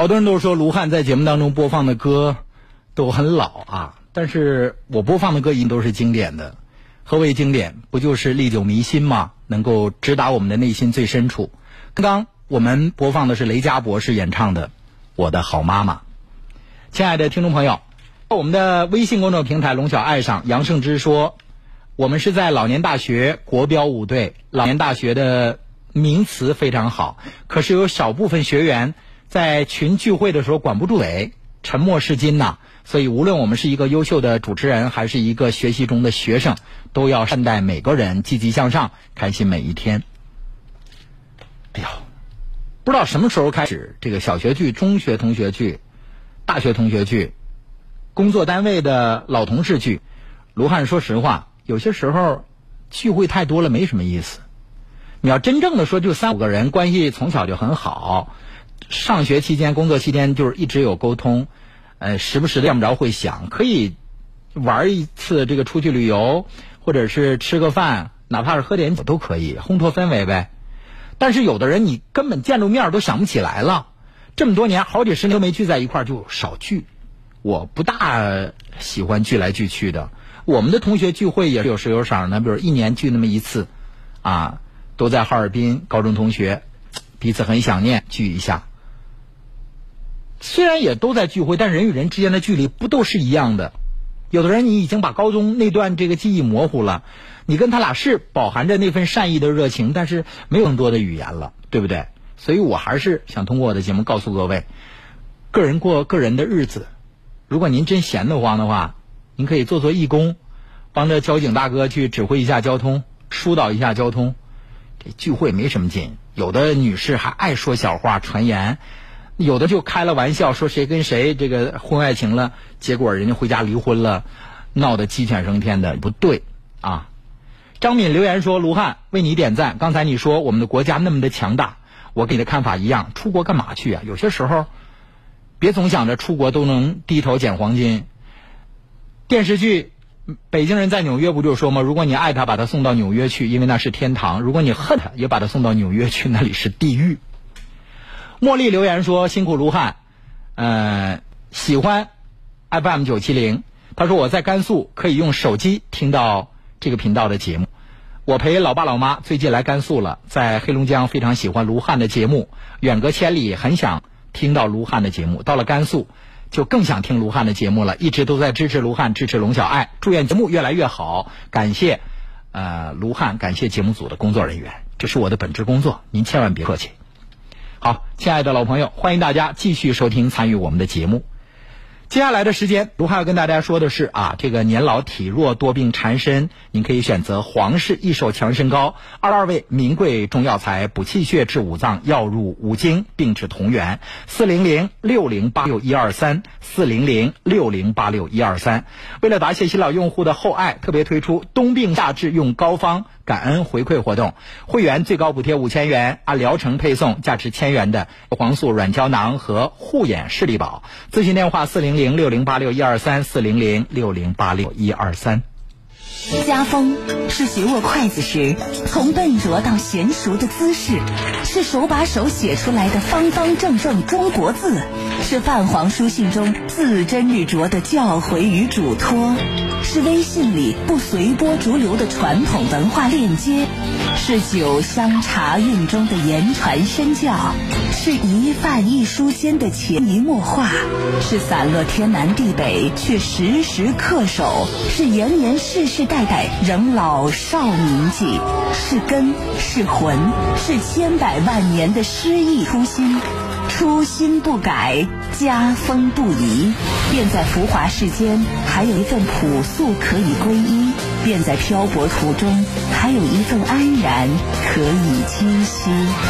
好多人都说卢汉在节目当中播放的歌都很老啊，但是我播放的歌一定都是经典的。何为经典？不就是历久弥新吗？能够直达我们的内心最深处。刚刚我们播放的是雷佳博士演唱的《我的好妈妈》。亲爱的听众朋友，我们的微信公众平台龙小爱上，杨胜之说，我们是在老年大学国标舞队。老年大学的名词非常好，可是有少部分学员在群聚会的时候管不住嘴，沉默是金呐、啊。所以无论我们是一个优秀的主持人，还是一个学习中的学生，都要善待每个人，积极向上，开心每一天。哎呀，不知道什么时候开始，这个小学聚、中学同学聚、大学同学聚、工作单位的老同事聚，卢汉说实话，有些时候聚会太多了没什么意思。你要真正的说，就三五个人关系从小就很好，上学期间、工作期间就是一直有沟通，呃，时不时的见不着会想，可以玩一次这个出去旅游，或者是吃个饭，哪怕是喝点酒都可以，烘托氛围呗。但是有的人你根本见着面都想不起来了，这么多年好几十年都没聚在一块儿，就少聚。我不大喜欢聚来聚去的。我们的同学聚会也是有时有赏的，比如一年聚那么一次啊，都在哈尔滨，高中同学彼此很想念，聚一下。虽然也都在聚会，但人与人之间的距离不都是一样的。有的人你已经把高中那段这个记忆模糊了，你跟他俩是饱含着那份善意的热情，但是没有更多的语言了，对不对？所以我还是想通过我的节目告诉各位，个人过个人的日子。如果您真闲得慌的话，您可以做做义工，帮着交警大哥去指挥一下交通，疏导一下交通。这聚会没什么劲，有的女士还爱说小话传言，有的就开了玩笑说谁跟谁这个婚外情了，结果人家回家离婚了，闹得鸡犬升天的，不对啊。张敏留言说，卢汉为你点赞，刚才你说我们的国家那么的强大，我跟你的看法一样，出国干嘛去啊？有些时候别总想着出国都能低头捡黄金。电视剧北京人在纽约不就说吗？如果你爱他，把他送到纽约去，因为那是天堂；如果你恨他，也把他送到纽约去，那里是地狱。茉莉留言说，辛苦卢汉，呃，喜欢 F M 九七零。他说我在甘肃可以用手机听到这个频道的节目。我陪老爸老妈最近来甘肃了，在黑龙江非常喜欢卢汉的节目，远隔千里很想听到卢汉的节目，到了甘肃就更想听卢汉的节目了，一直都在支持卢汉，支持龙小爱，祝愿节目越来越好。感谢呃卢汉，感谢节目组的工作人员，这是我的本职工作，您千万别客气。好，亲爱的老朋友，欢迎大家继续收听参与我们的节目。接下来的时间，卢汉要跟大家说的是啊，这个年老体弱多病缠身，您可以选择皇氏益寿强身膏，二十二味名贵中药材，补气血治五脏，药入五经，并治同源。四零零六零八六一二三，四零零六零八六一二三。为了答谢新老用户的厚爱，特别推出冬病夏治用膏方感恩回馈活动，会员最高补贴五千元，按疗程配送价值千元的黄素软胶囊和护眼视力宝。咨询电话四零零六零八六一二三，四零零六零八六一二三。 家风是学握筷子时从笨拙到娴熟的姿势，是手把手写出来的方方正正中国字，是泛黄书信中字斟日酌的教诲与嘱托，是微信里不随波逐流的传统文化链接，是酒香茶韵中的言传身教，是一饭一书间的潜移默化，是散落天南地北却时时恪守，是延年世世代代仍老少铭记，是根是魂，是千百万年的诗意初心。初心不改，家风不移，便在浮华世间还有一份朴素可以皈依，便在漂泊途中还有一份安然可以栖息。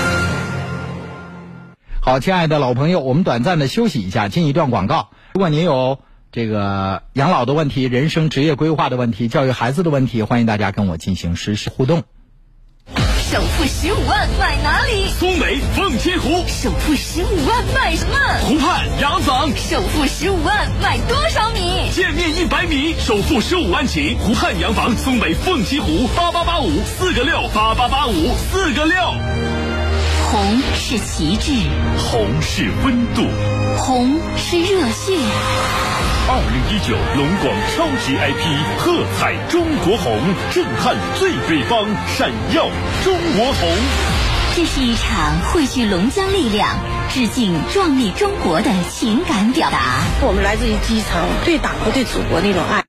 好，亲爱的老朋友，我们短暂的休息一下，进一段广告。如果您有这个养老的问题、人生职业规划的问题、教育孩子的问题，欢迎大家跟我进行实时互动。 首付十五万买哪里？ 松北凤栖湖。 首付十五万买什么？ 湖畔洋房。 首付十五万买多少米？ 建面一百米，首付十五万起。湖畔洋房，松北凤栖湖，八八八五四个六，八八八五四个六。 红是旗帜， 红是温度， 红是热血。 二零一九龙广超级 I P 喝彩中国红，震撼最北方，闪耀中国红。 这是一场汇聚龙江力量，致敬壮丽中国的情感表达。 我们来自于基层，对党和对祖国那种爱。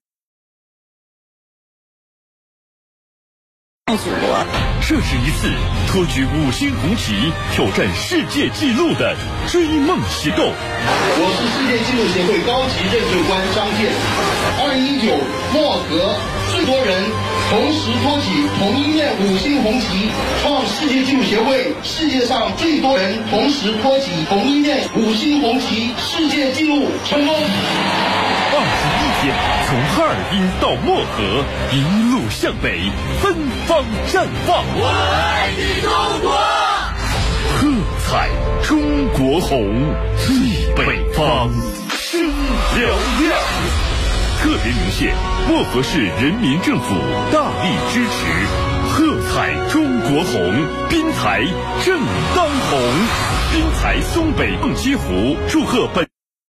爱祖国。 这是一次托举五星红旗挑战世界纪录的追梦机构。 我是世界纪录协会高级认证官张健。二零一九莫格最多人同时托起同一面五星红旗，创世界纪录协会世界上最多人同时托起同一面五星红旗世界纪录成功。 二十一天，从哈尔滨到漠河，一路向北，芬芳绽放。 我爱你中国！ 喝彩中国红，最北方，声嘹亮。特别鸣谢漠河市人民政府大力支持，喝彩中国红，滨财正当红，滨财松北凤栖湖祝贺本。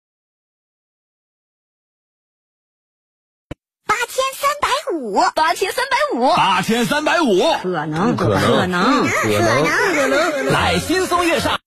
八千三百五， 八千三百五， 可能， 可能， 可能， 可能，可能，来轻松月上。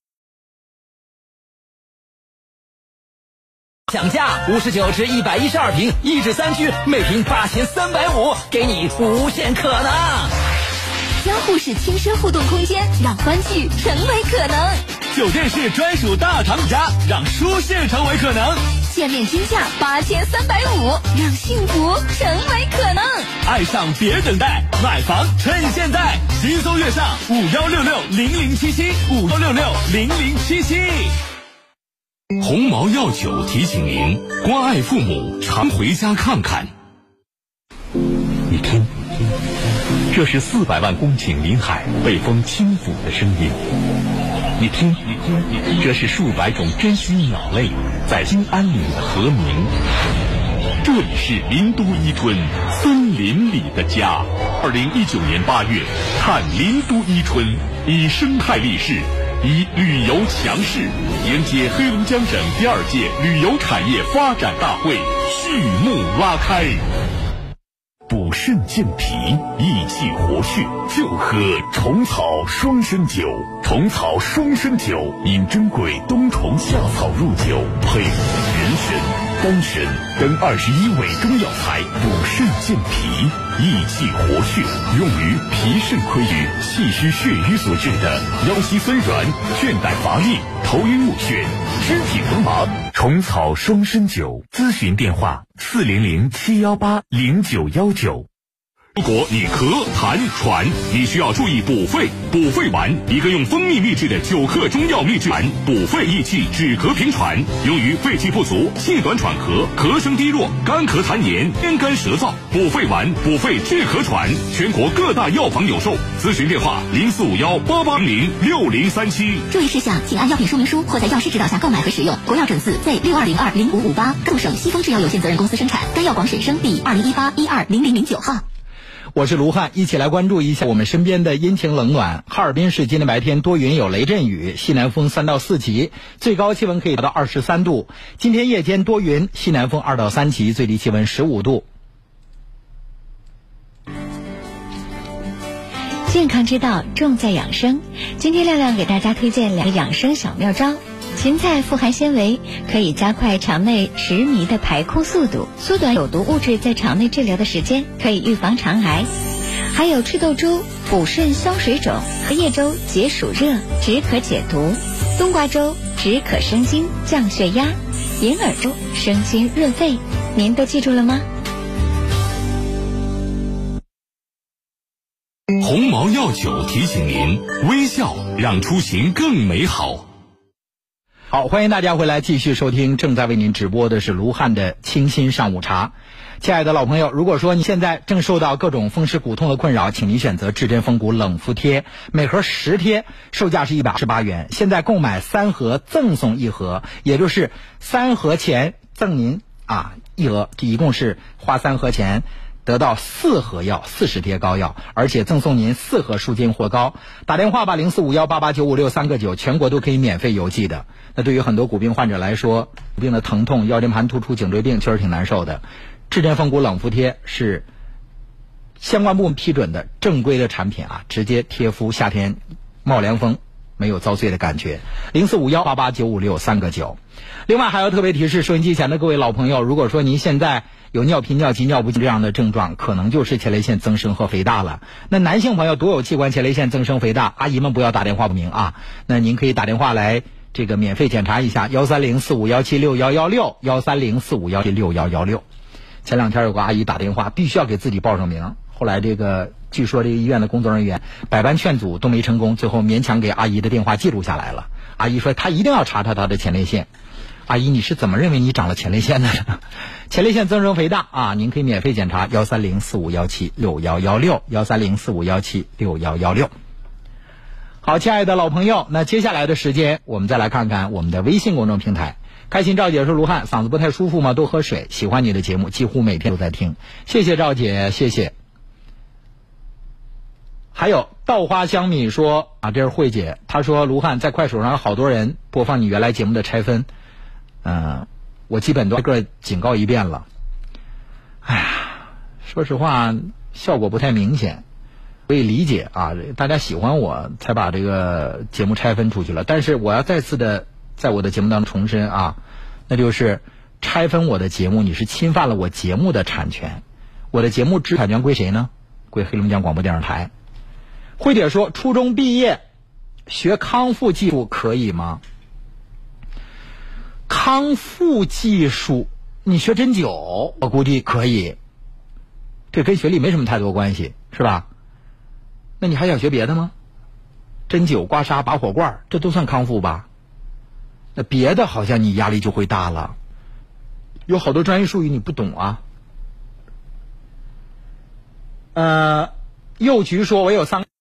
享价五十九至一百一十二平，一至三居，每平八千三百五，给你无限可能。 交互式轻奢互动空间，让欢聚成为可能。 酒店式专属大堂家，让舒适成为可能。 见面均价八千三百五，让幸福成为可能。 爱上别等待，买房趁现在，轻松月上五幺六六零零七七五幺六六零零七七。 鸿茅药酒提醒您：关爱父母，常回家看看。你听，这是四百万公顷林海被风轻抚的声音。你听，你听，你听，这是数百种珍稀鸟类在心安岭的和鸣。这里是林都伊春，森林里的家。二零一九年八月，看林都伊春，以生态立市，以旅游强势，迎接黑龙江省第二届旅游产业发展大会序幕拉开。补肾健脾，益气活血，就喝虫草双参酒。虫草双参酒因珍贵冬虫夏草入酒，配合人参、丹参等二十一味中药材，补肾健脾，益气活血，用于脾肾亏虚、气虚血瘀所致的腰膝酸软、倦怠乏力、头晕目眩、肢体疼麻。虫草双参酒，咨询电话：四零零七幺八零九幺九。如果你咳、痰、喘，你需要注意补肺。补肺丸，一个用蜂蜜秘制的九克中药秘制丸，补肺益气，止咳平喘，用于肺气不足、气短喘咳、咳声低弱、干咳痰黏、咽干舌燥。补肺丸，补肺治咳喘，全国各大药房有售。咨询电话：零四五幺八八零六零三七。 注意事项，请按药品说明书或在药师指导下购买和使用。国药准字 Z 六二零二零五五八，赣省西风制药有限责任公司生产。该药广审生第二零一八一二零零零九号。 我是卢汉，一起来关注一下我们身边的阴晴冷暖。哈尔滨市今天白天多云有雷阵雨，西南风三到四级，最高气温可以达到二十三度。今天夜间多云，西南风二到三级，最低气温十五度。 健康之道重在养生，今天亮亮给大家推荐两个养生小妙招。芹菜富含纤维，可以加快肠内食糜的排空速度，缩短有毒物质在肠内滞留的时间，可以预防肠癌。还有赤豆粥补肾消水肿，荷叶粥解暑热止渴解毒，冬瓜粥止渴生津降血压，银耳粥生津润肺，您都记住了吗？ 鸿茅药酒提醒您：微笑让出行更美好。 好，欢迎大家回来继续收听正在为您直播的是卢汉的清新上午茶。亲爱的老朋友，如果说你现在正受到各种风湿骨痛的困扰，请您选择至臻风骨冷敷贴，每盒十贴，售价是一百二十八元，现在购买三盒赠送一盒，也就是三盒钱赠您啊一盒，这一共是花三盒钱得到四盒药，四十贴膏药，而且赠送您四盒舒筋活膏。打电话吧，零四五幺八八九五六三个九，全国都可以免费邮寄的。那对于很多骨病患者来说，骨病的疼痛、腰间盘突出、颈椎病确实挺难受的。至臻风骨冷敷贴是相关部门批准的正规的产品啊，直接贴敷，夏天冒凉风，没有遭罪的感觉。零四五幺八八九五六三个九。另外还要特别提示收音机前的各位老朋友，如果说您现在有尿频、尿急、尿不尽这样的症状，可能就是前列腺增生和肥大了。那男性朋友多有器官前列腺增生肥大，阿姨们不要打电话报名啊。那您可以打电话来这个免费检查一下，幺三零四五幺七六幺幺六，幺三零四五幺七六幺幺六。前两天有个阿姨打电话，必须要给自己报上名，后来这个据说这个医院的工作人员百般劝阻都没成功，最后勉强给阿姨的电话记录下来了。阿姨说她一定要查查她的前列腺。阿姨，你是怎么认为你长了前列腺的？前列腺增生肥大啊，您可以免费检查，幺三零四五幺七六幺幺六，幺三零四五幺七六幺幺六。好，亲爱的老朋友，那接下来的时间我们再来看看我们的微信公众平台。开心赵姐说，卢汉嗓子不太舒服吗？多喝水。喜欢你的节目，几乎每天都在听。谢谢赵姐，谢谢。还有稻花香米说啊，这是慧姐，她说卢汉在快手上好多人播放你原来节目的拆分，嗯、呃，我基本都个警告一遍了。哎呀，说实话效果不太明显，可以理解啊，大家喜欢我才把这个节目拆分出去了。但是我要再次的在我的节目当中重申啊，那就是拆分我的节目，你是侵犯了我节目的产权。我的节目知识产权归谁呢？归黑龙江广播电视台。慧姐说，初中毕业学康复技术可以吗？康复技术你学针灸我估计可以，这跟学历没什么太多关系，是吧？那你还想学别的吗？针灸、刮痧、拔火罐，这都算康复吧？那别的好像你压力就会大了，有好多专业术语你不懂啊。呃，幼菊说，我有三个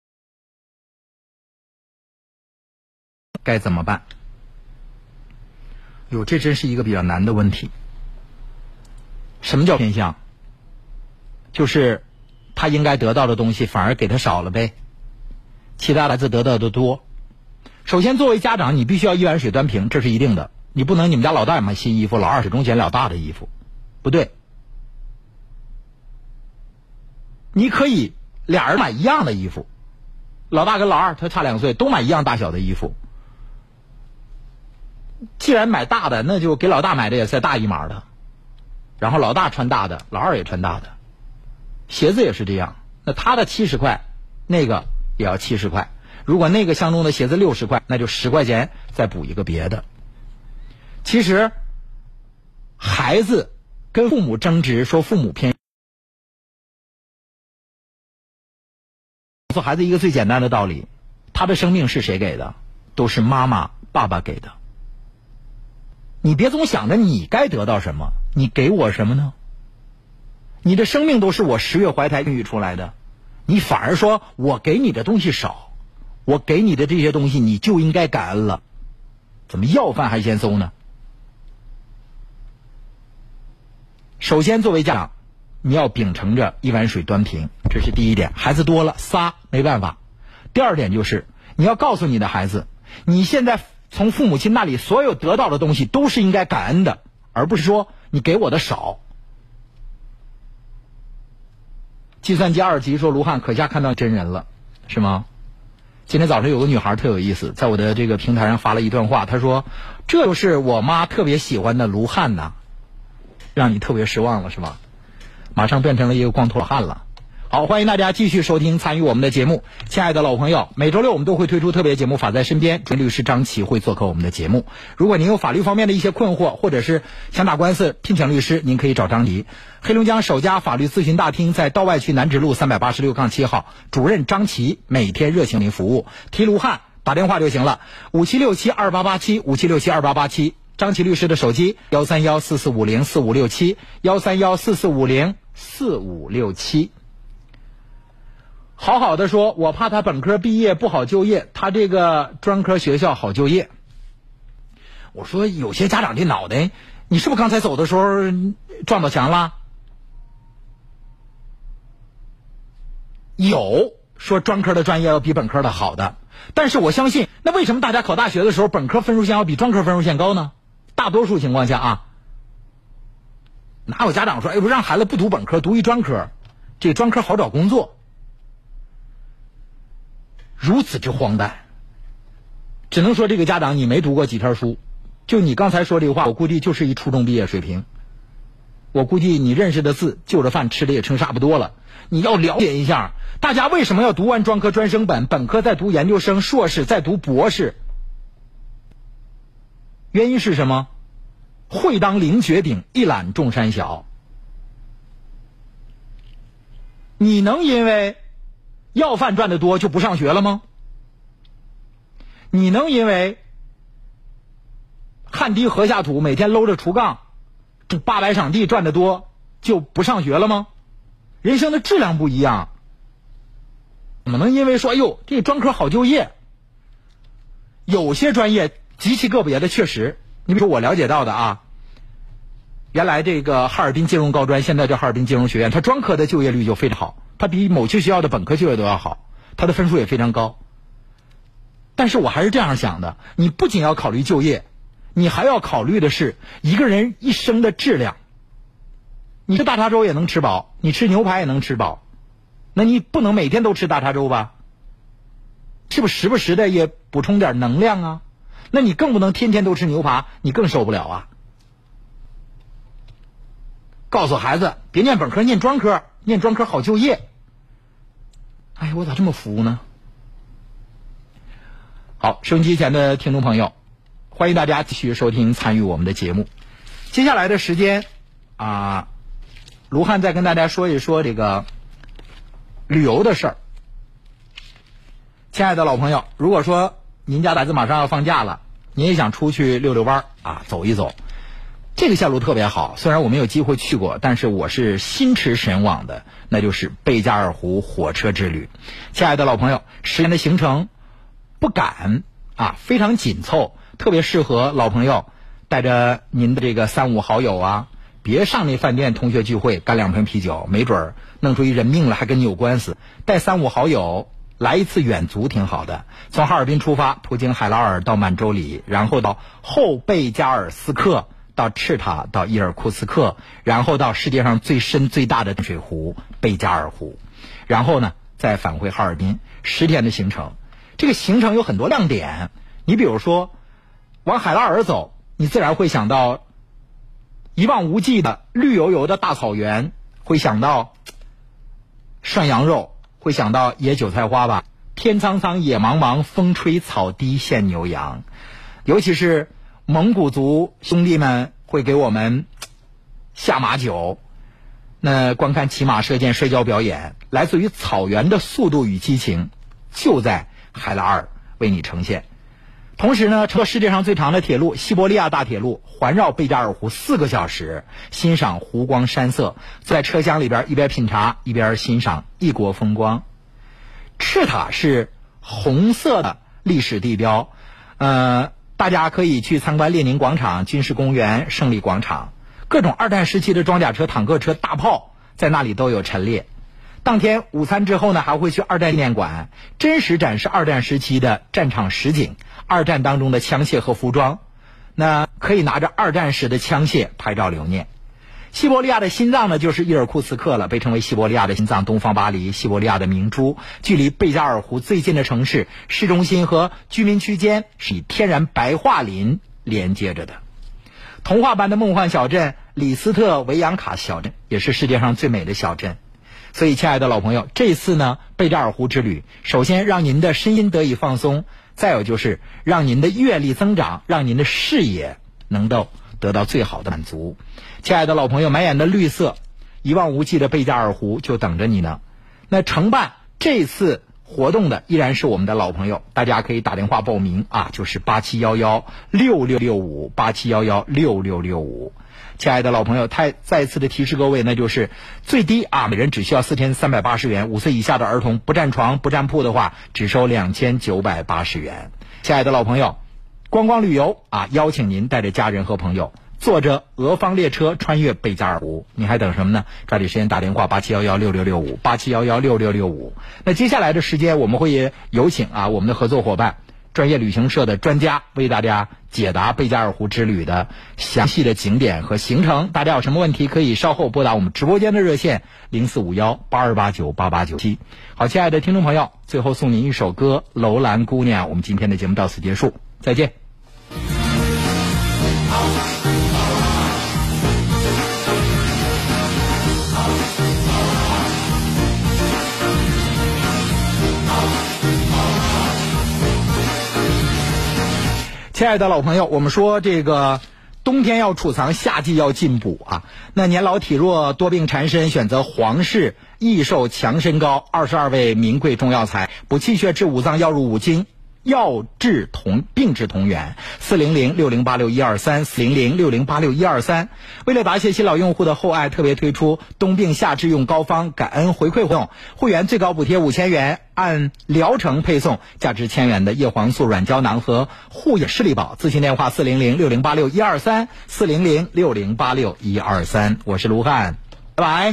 该怎么办？哟，这真是一个比较难的问题。什么叫偏向？就是他应该得到的东西反而给他少了呗，其他孩子得到的多。首先作为家长，你必须要一碗水端平，这是一定的。你不能你们家老大买新衣服，老二始终捡老大的衣服，不对。你可以俩人买一样的衣服，老大跟老二他差两岁，都买一样大小的衣服。既然买大的，那就给老大买的也是大一码的，然后老大穿大的，老二也穿大的。鞋子也是这样，那他的七十块，那个也要七十块。如果那个相中的鞋子六十块，那就十块钱再补一个别的。其实孩子跟父母争执说父母偏，告诉孩子一个最简单的道理，他的生命是谁给的？都是妈妈爸爸给的。你别总想着你该得到什么，你给我什么呢？你的生命都是我十月怀胎孕育出来的，你反而说我给你的东西少，我给你的这些东西你就应该感恩了，怎么要饭还嫌馊呢？首先作为家长，你要秉承着一碗水端平，这是第一点。孩子多了仨没办法。第二点就是你要告诉你的孩子，你现在从父母亲那里所有得到的东西都是应该感恩的，而不是说你给我的少。计算机二级说，卢汉可下看到真人了，是吗？今天早上有个女孩特有意思，在我的这个平台上发了一段话，她说这就是我妈特别喜欢的卢汉呐，让你特别失望了是吧？马上变成了一个光头汉了。好，欢迎大家继续收听参与我们的节目。亲爱的老朋友，每周六我们都会推出特别节目法在身边，主任律师张琪会做客我们的节目。如果您有法律方面的一些困惑，或者是想打官司聘请律师，您可以找张琪。黑龙江首家法律咨询大厅在道外区南直路三百八十六杠七号，主任张琪每天热情您服务。提卢汉打电话就行了，五七六七二八八七五七六七二八八七。张琪律师的手机幺三幺四四五零四五六七幺三幺四四五零四五六七。好好的说，我怕他本科毕业不好就业，他这个专科学校好就业。我说有些家长这脑袋，你是不是刚才走的时候撞到墙了？ 有说专科的专业要比本科的好的，但是我相信，那为什么大家考大学的时候本科分数线要比专科分数线高呢？大多数情况下啊，哪有家长说，哎，我让孩子不读本科，读一专科，这专科好找工作，如此之荒诞。只能说这个家长你没读过几天书，就你刚才说这个话，我估计就是一初中毕业水平。我估计你认识的字就着饭吃的也成差不多了。你要了解一下，大家为什么要读完专科专升本，本科再读研究生、硕士，再读博士？原因是什么？会当凌绝顶，一览众山小。你能因为要饭赚得多就不上学了吗？你能因为汗滴禾下土，每天搂着锄杠八百场地赚得多就不上学了吗？人生的质量不一样，怎么能因为说哎呦这个专科好就业？有些专业极其个别的确实，你比如说我了解到的啊，原来这个哈尔滨金融高专现在叫哈尔滨金融学院，它专科的就业率就非常好，它比某些学校的本科就业都要好，它的分数也非常高。但是我还是这样想的，你不仅要考虑就业，你还要考虑的是一个人一生的质量。你吃大碴粥也能吃饱，你吃牛排也能吃饱，那你不能每天都吃大碴粥吧？是不是时不时的也补充点能量啊？那你更不能天天都吃牛排，你更受不了啊。告诉孩子别念本科，念专科，念专科好就业。哎，我咋这么服呢？好，收音机前的听众朋友，欢迎大家继续收听参与我们的节目。接下来的时间啊，卢汉再跟大家说一说这个旅游的事儿。亲爱的老朋友，如果说您家孩子马上要放假了，您也想出去溜溜弯啊，走一走，这个线路特别好。虽然我没有机会去过，但是我是心驰神往的，那就是贝加尔湖火车之旅。亲爱的老朋友，十天的行程不赶啊，非常紧凑，特别适合老朋友带着您的这个三五好友啊，别上那饭店同学聚会干两瓶啤酒，没准儿弄出一人命了还跟你有官司。带三五好友来一次远足挺好的，从哈尔滨出发，途经海拉尔到满洲里，然后到后贝加尔斯克，到赤塔，到伊尔库茨克，然后到世界上最深最大的淡水湖贝加尔湖，然后呢再返回哈尔滨，十天的行程。这个行程有很多亮点，你比如说往海拉尔走，你自然会想到一望无际的绿油油的大草原，会想到涮羊肉，会想到野韭菜花吧，天苍苍野茫茫，风吹草低见牛羊。尤其是蒙古族兄弟们会给我们下马酒，那观看骑马射箭摔跤表演，来自于草原的速度与激情就在海拉尔为你呈现。同时呢，乘坐世界上最长的铁路西伯利亚大铁路环绕贝加尔湖四个小时，欣赏湖光山色，在车厢里边一边品茶一边欣赏异国风光。赤塔是红色的历史地标，呃，大家可以去参观列宁广场、军事公园、胜利广场，各种二战时期的装甲车、坦克车、大炮在那里都有陈列。当天午餐之后呢，还会去二战纪念馆，真实展示二战时期的战场实景，二战当中的枪械和服装，那可以拿着二战时的枪械拍照留念。西伯利亚的心脏呢，就是伊尔库茨克了，被称为西伯利亚的心脏、东方巴黎、西伯利亚的明珠。距离贝加尔湖最近的城市，市中心和居民区间是以天然白桦林连接着的。童话般的梦幻小镇里斯特维扬卡小镇也是世界上最美的小镇。所以亲爱的老朋友，这次呢贝加尔湖之旅，首先让您的身心得以放松，再有就是让您的阅历增长，让您的视野能够得到最好的满足。亲爱的老朋友，满眼的绿色，一望无际的贝加尔湖就等着你呢。那承办这次活动的依然是我们的老朋友，大家可以打电话报名啊，就是八七一一六六六五八七一一六六六五。亲爱的老朋友，再再次的提示各位，那就是最低啊，每人只需要四千三百八十元，五岁以下的儿童不占床不占铺的话，只收两千九百八十元。亲爱的老朋友，观光旅游啊，邀请您带着家人和朋友坐着俄方列车穿越贝加尔湖。你还等什么呢？抓紧时间打电话八七一一六六六五八七一一六六六五。那接下来的时间我们会有请啊我们的合作伙伴专业旅行社的专家为大家解答贝加尔湖之旅的详细的景点和行程。大家有什么问题可以稍后拨打我们直播间的热线零四五幺八二八九八八九七。好，亲爱的听众朋友，最后送您一首歌《楼兰姑娘》。我们今天的节目到此结束，再见。亲爱的老朋友，我们说这个冬天要储藏，夏季要进补啊。那年老体弱多病缠身，选择皇氏益寿强身膏，二十二味名贵中药材，补气血治五脏，药入五经，药治同病治同源。四零零六零八六一二三四零零六零八六一二三。为了答谢新老用户的厚爱，特别推出冬病夏治用膏方感恩回馈活动，会员最高补贴五千元，按疗程配送价值千元的叶黄素软胶囊和护眼视力宝。咨询电话四零零六零八六一二三四零零六零八六一二三。我是卢汉，拜拜。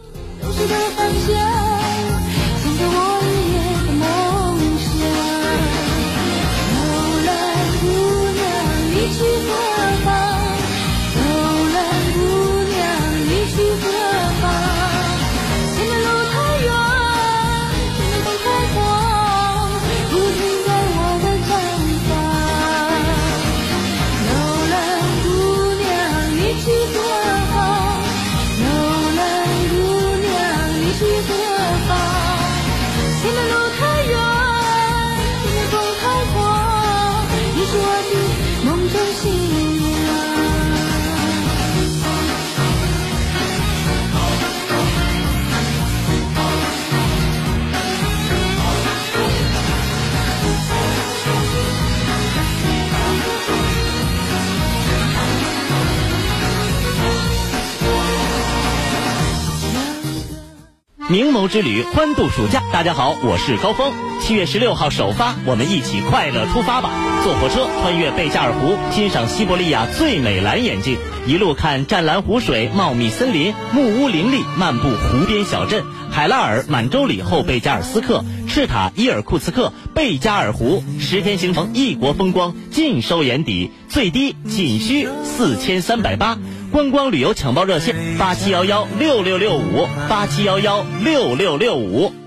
明眸之旅，欢度暑假。大家好，我是高峰。七月十六号首发，我们一起快乐出发吧！坐火车穿越贝加尔湖，欣赏西伯利亚最美蓝眼睛，一路看湛蓝湖水、茂密森林、木屋林立，漫步湖边小镇，海拉尔、满洲里后贝加尔斯克、赤塔、伊尔库茨克、贝加尔湖，十天行程，异国风光尽收眼底，最低仅需四千三百八。观光旅游抢报热线八七幺幺六六六五八七幺幺六六六五。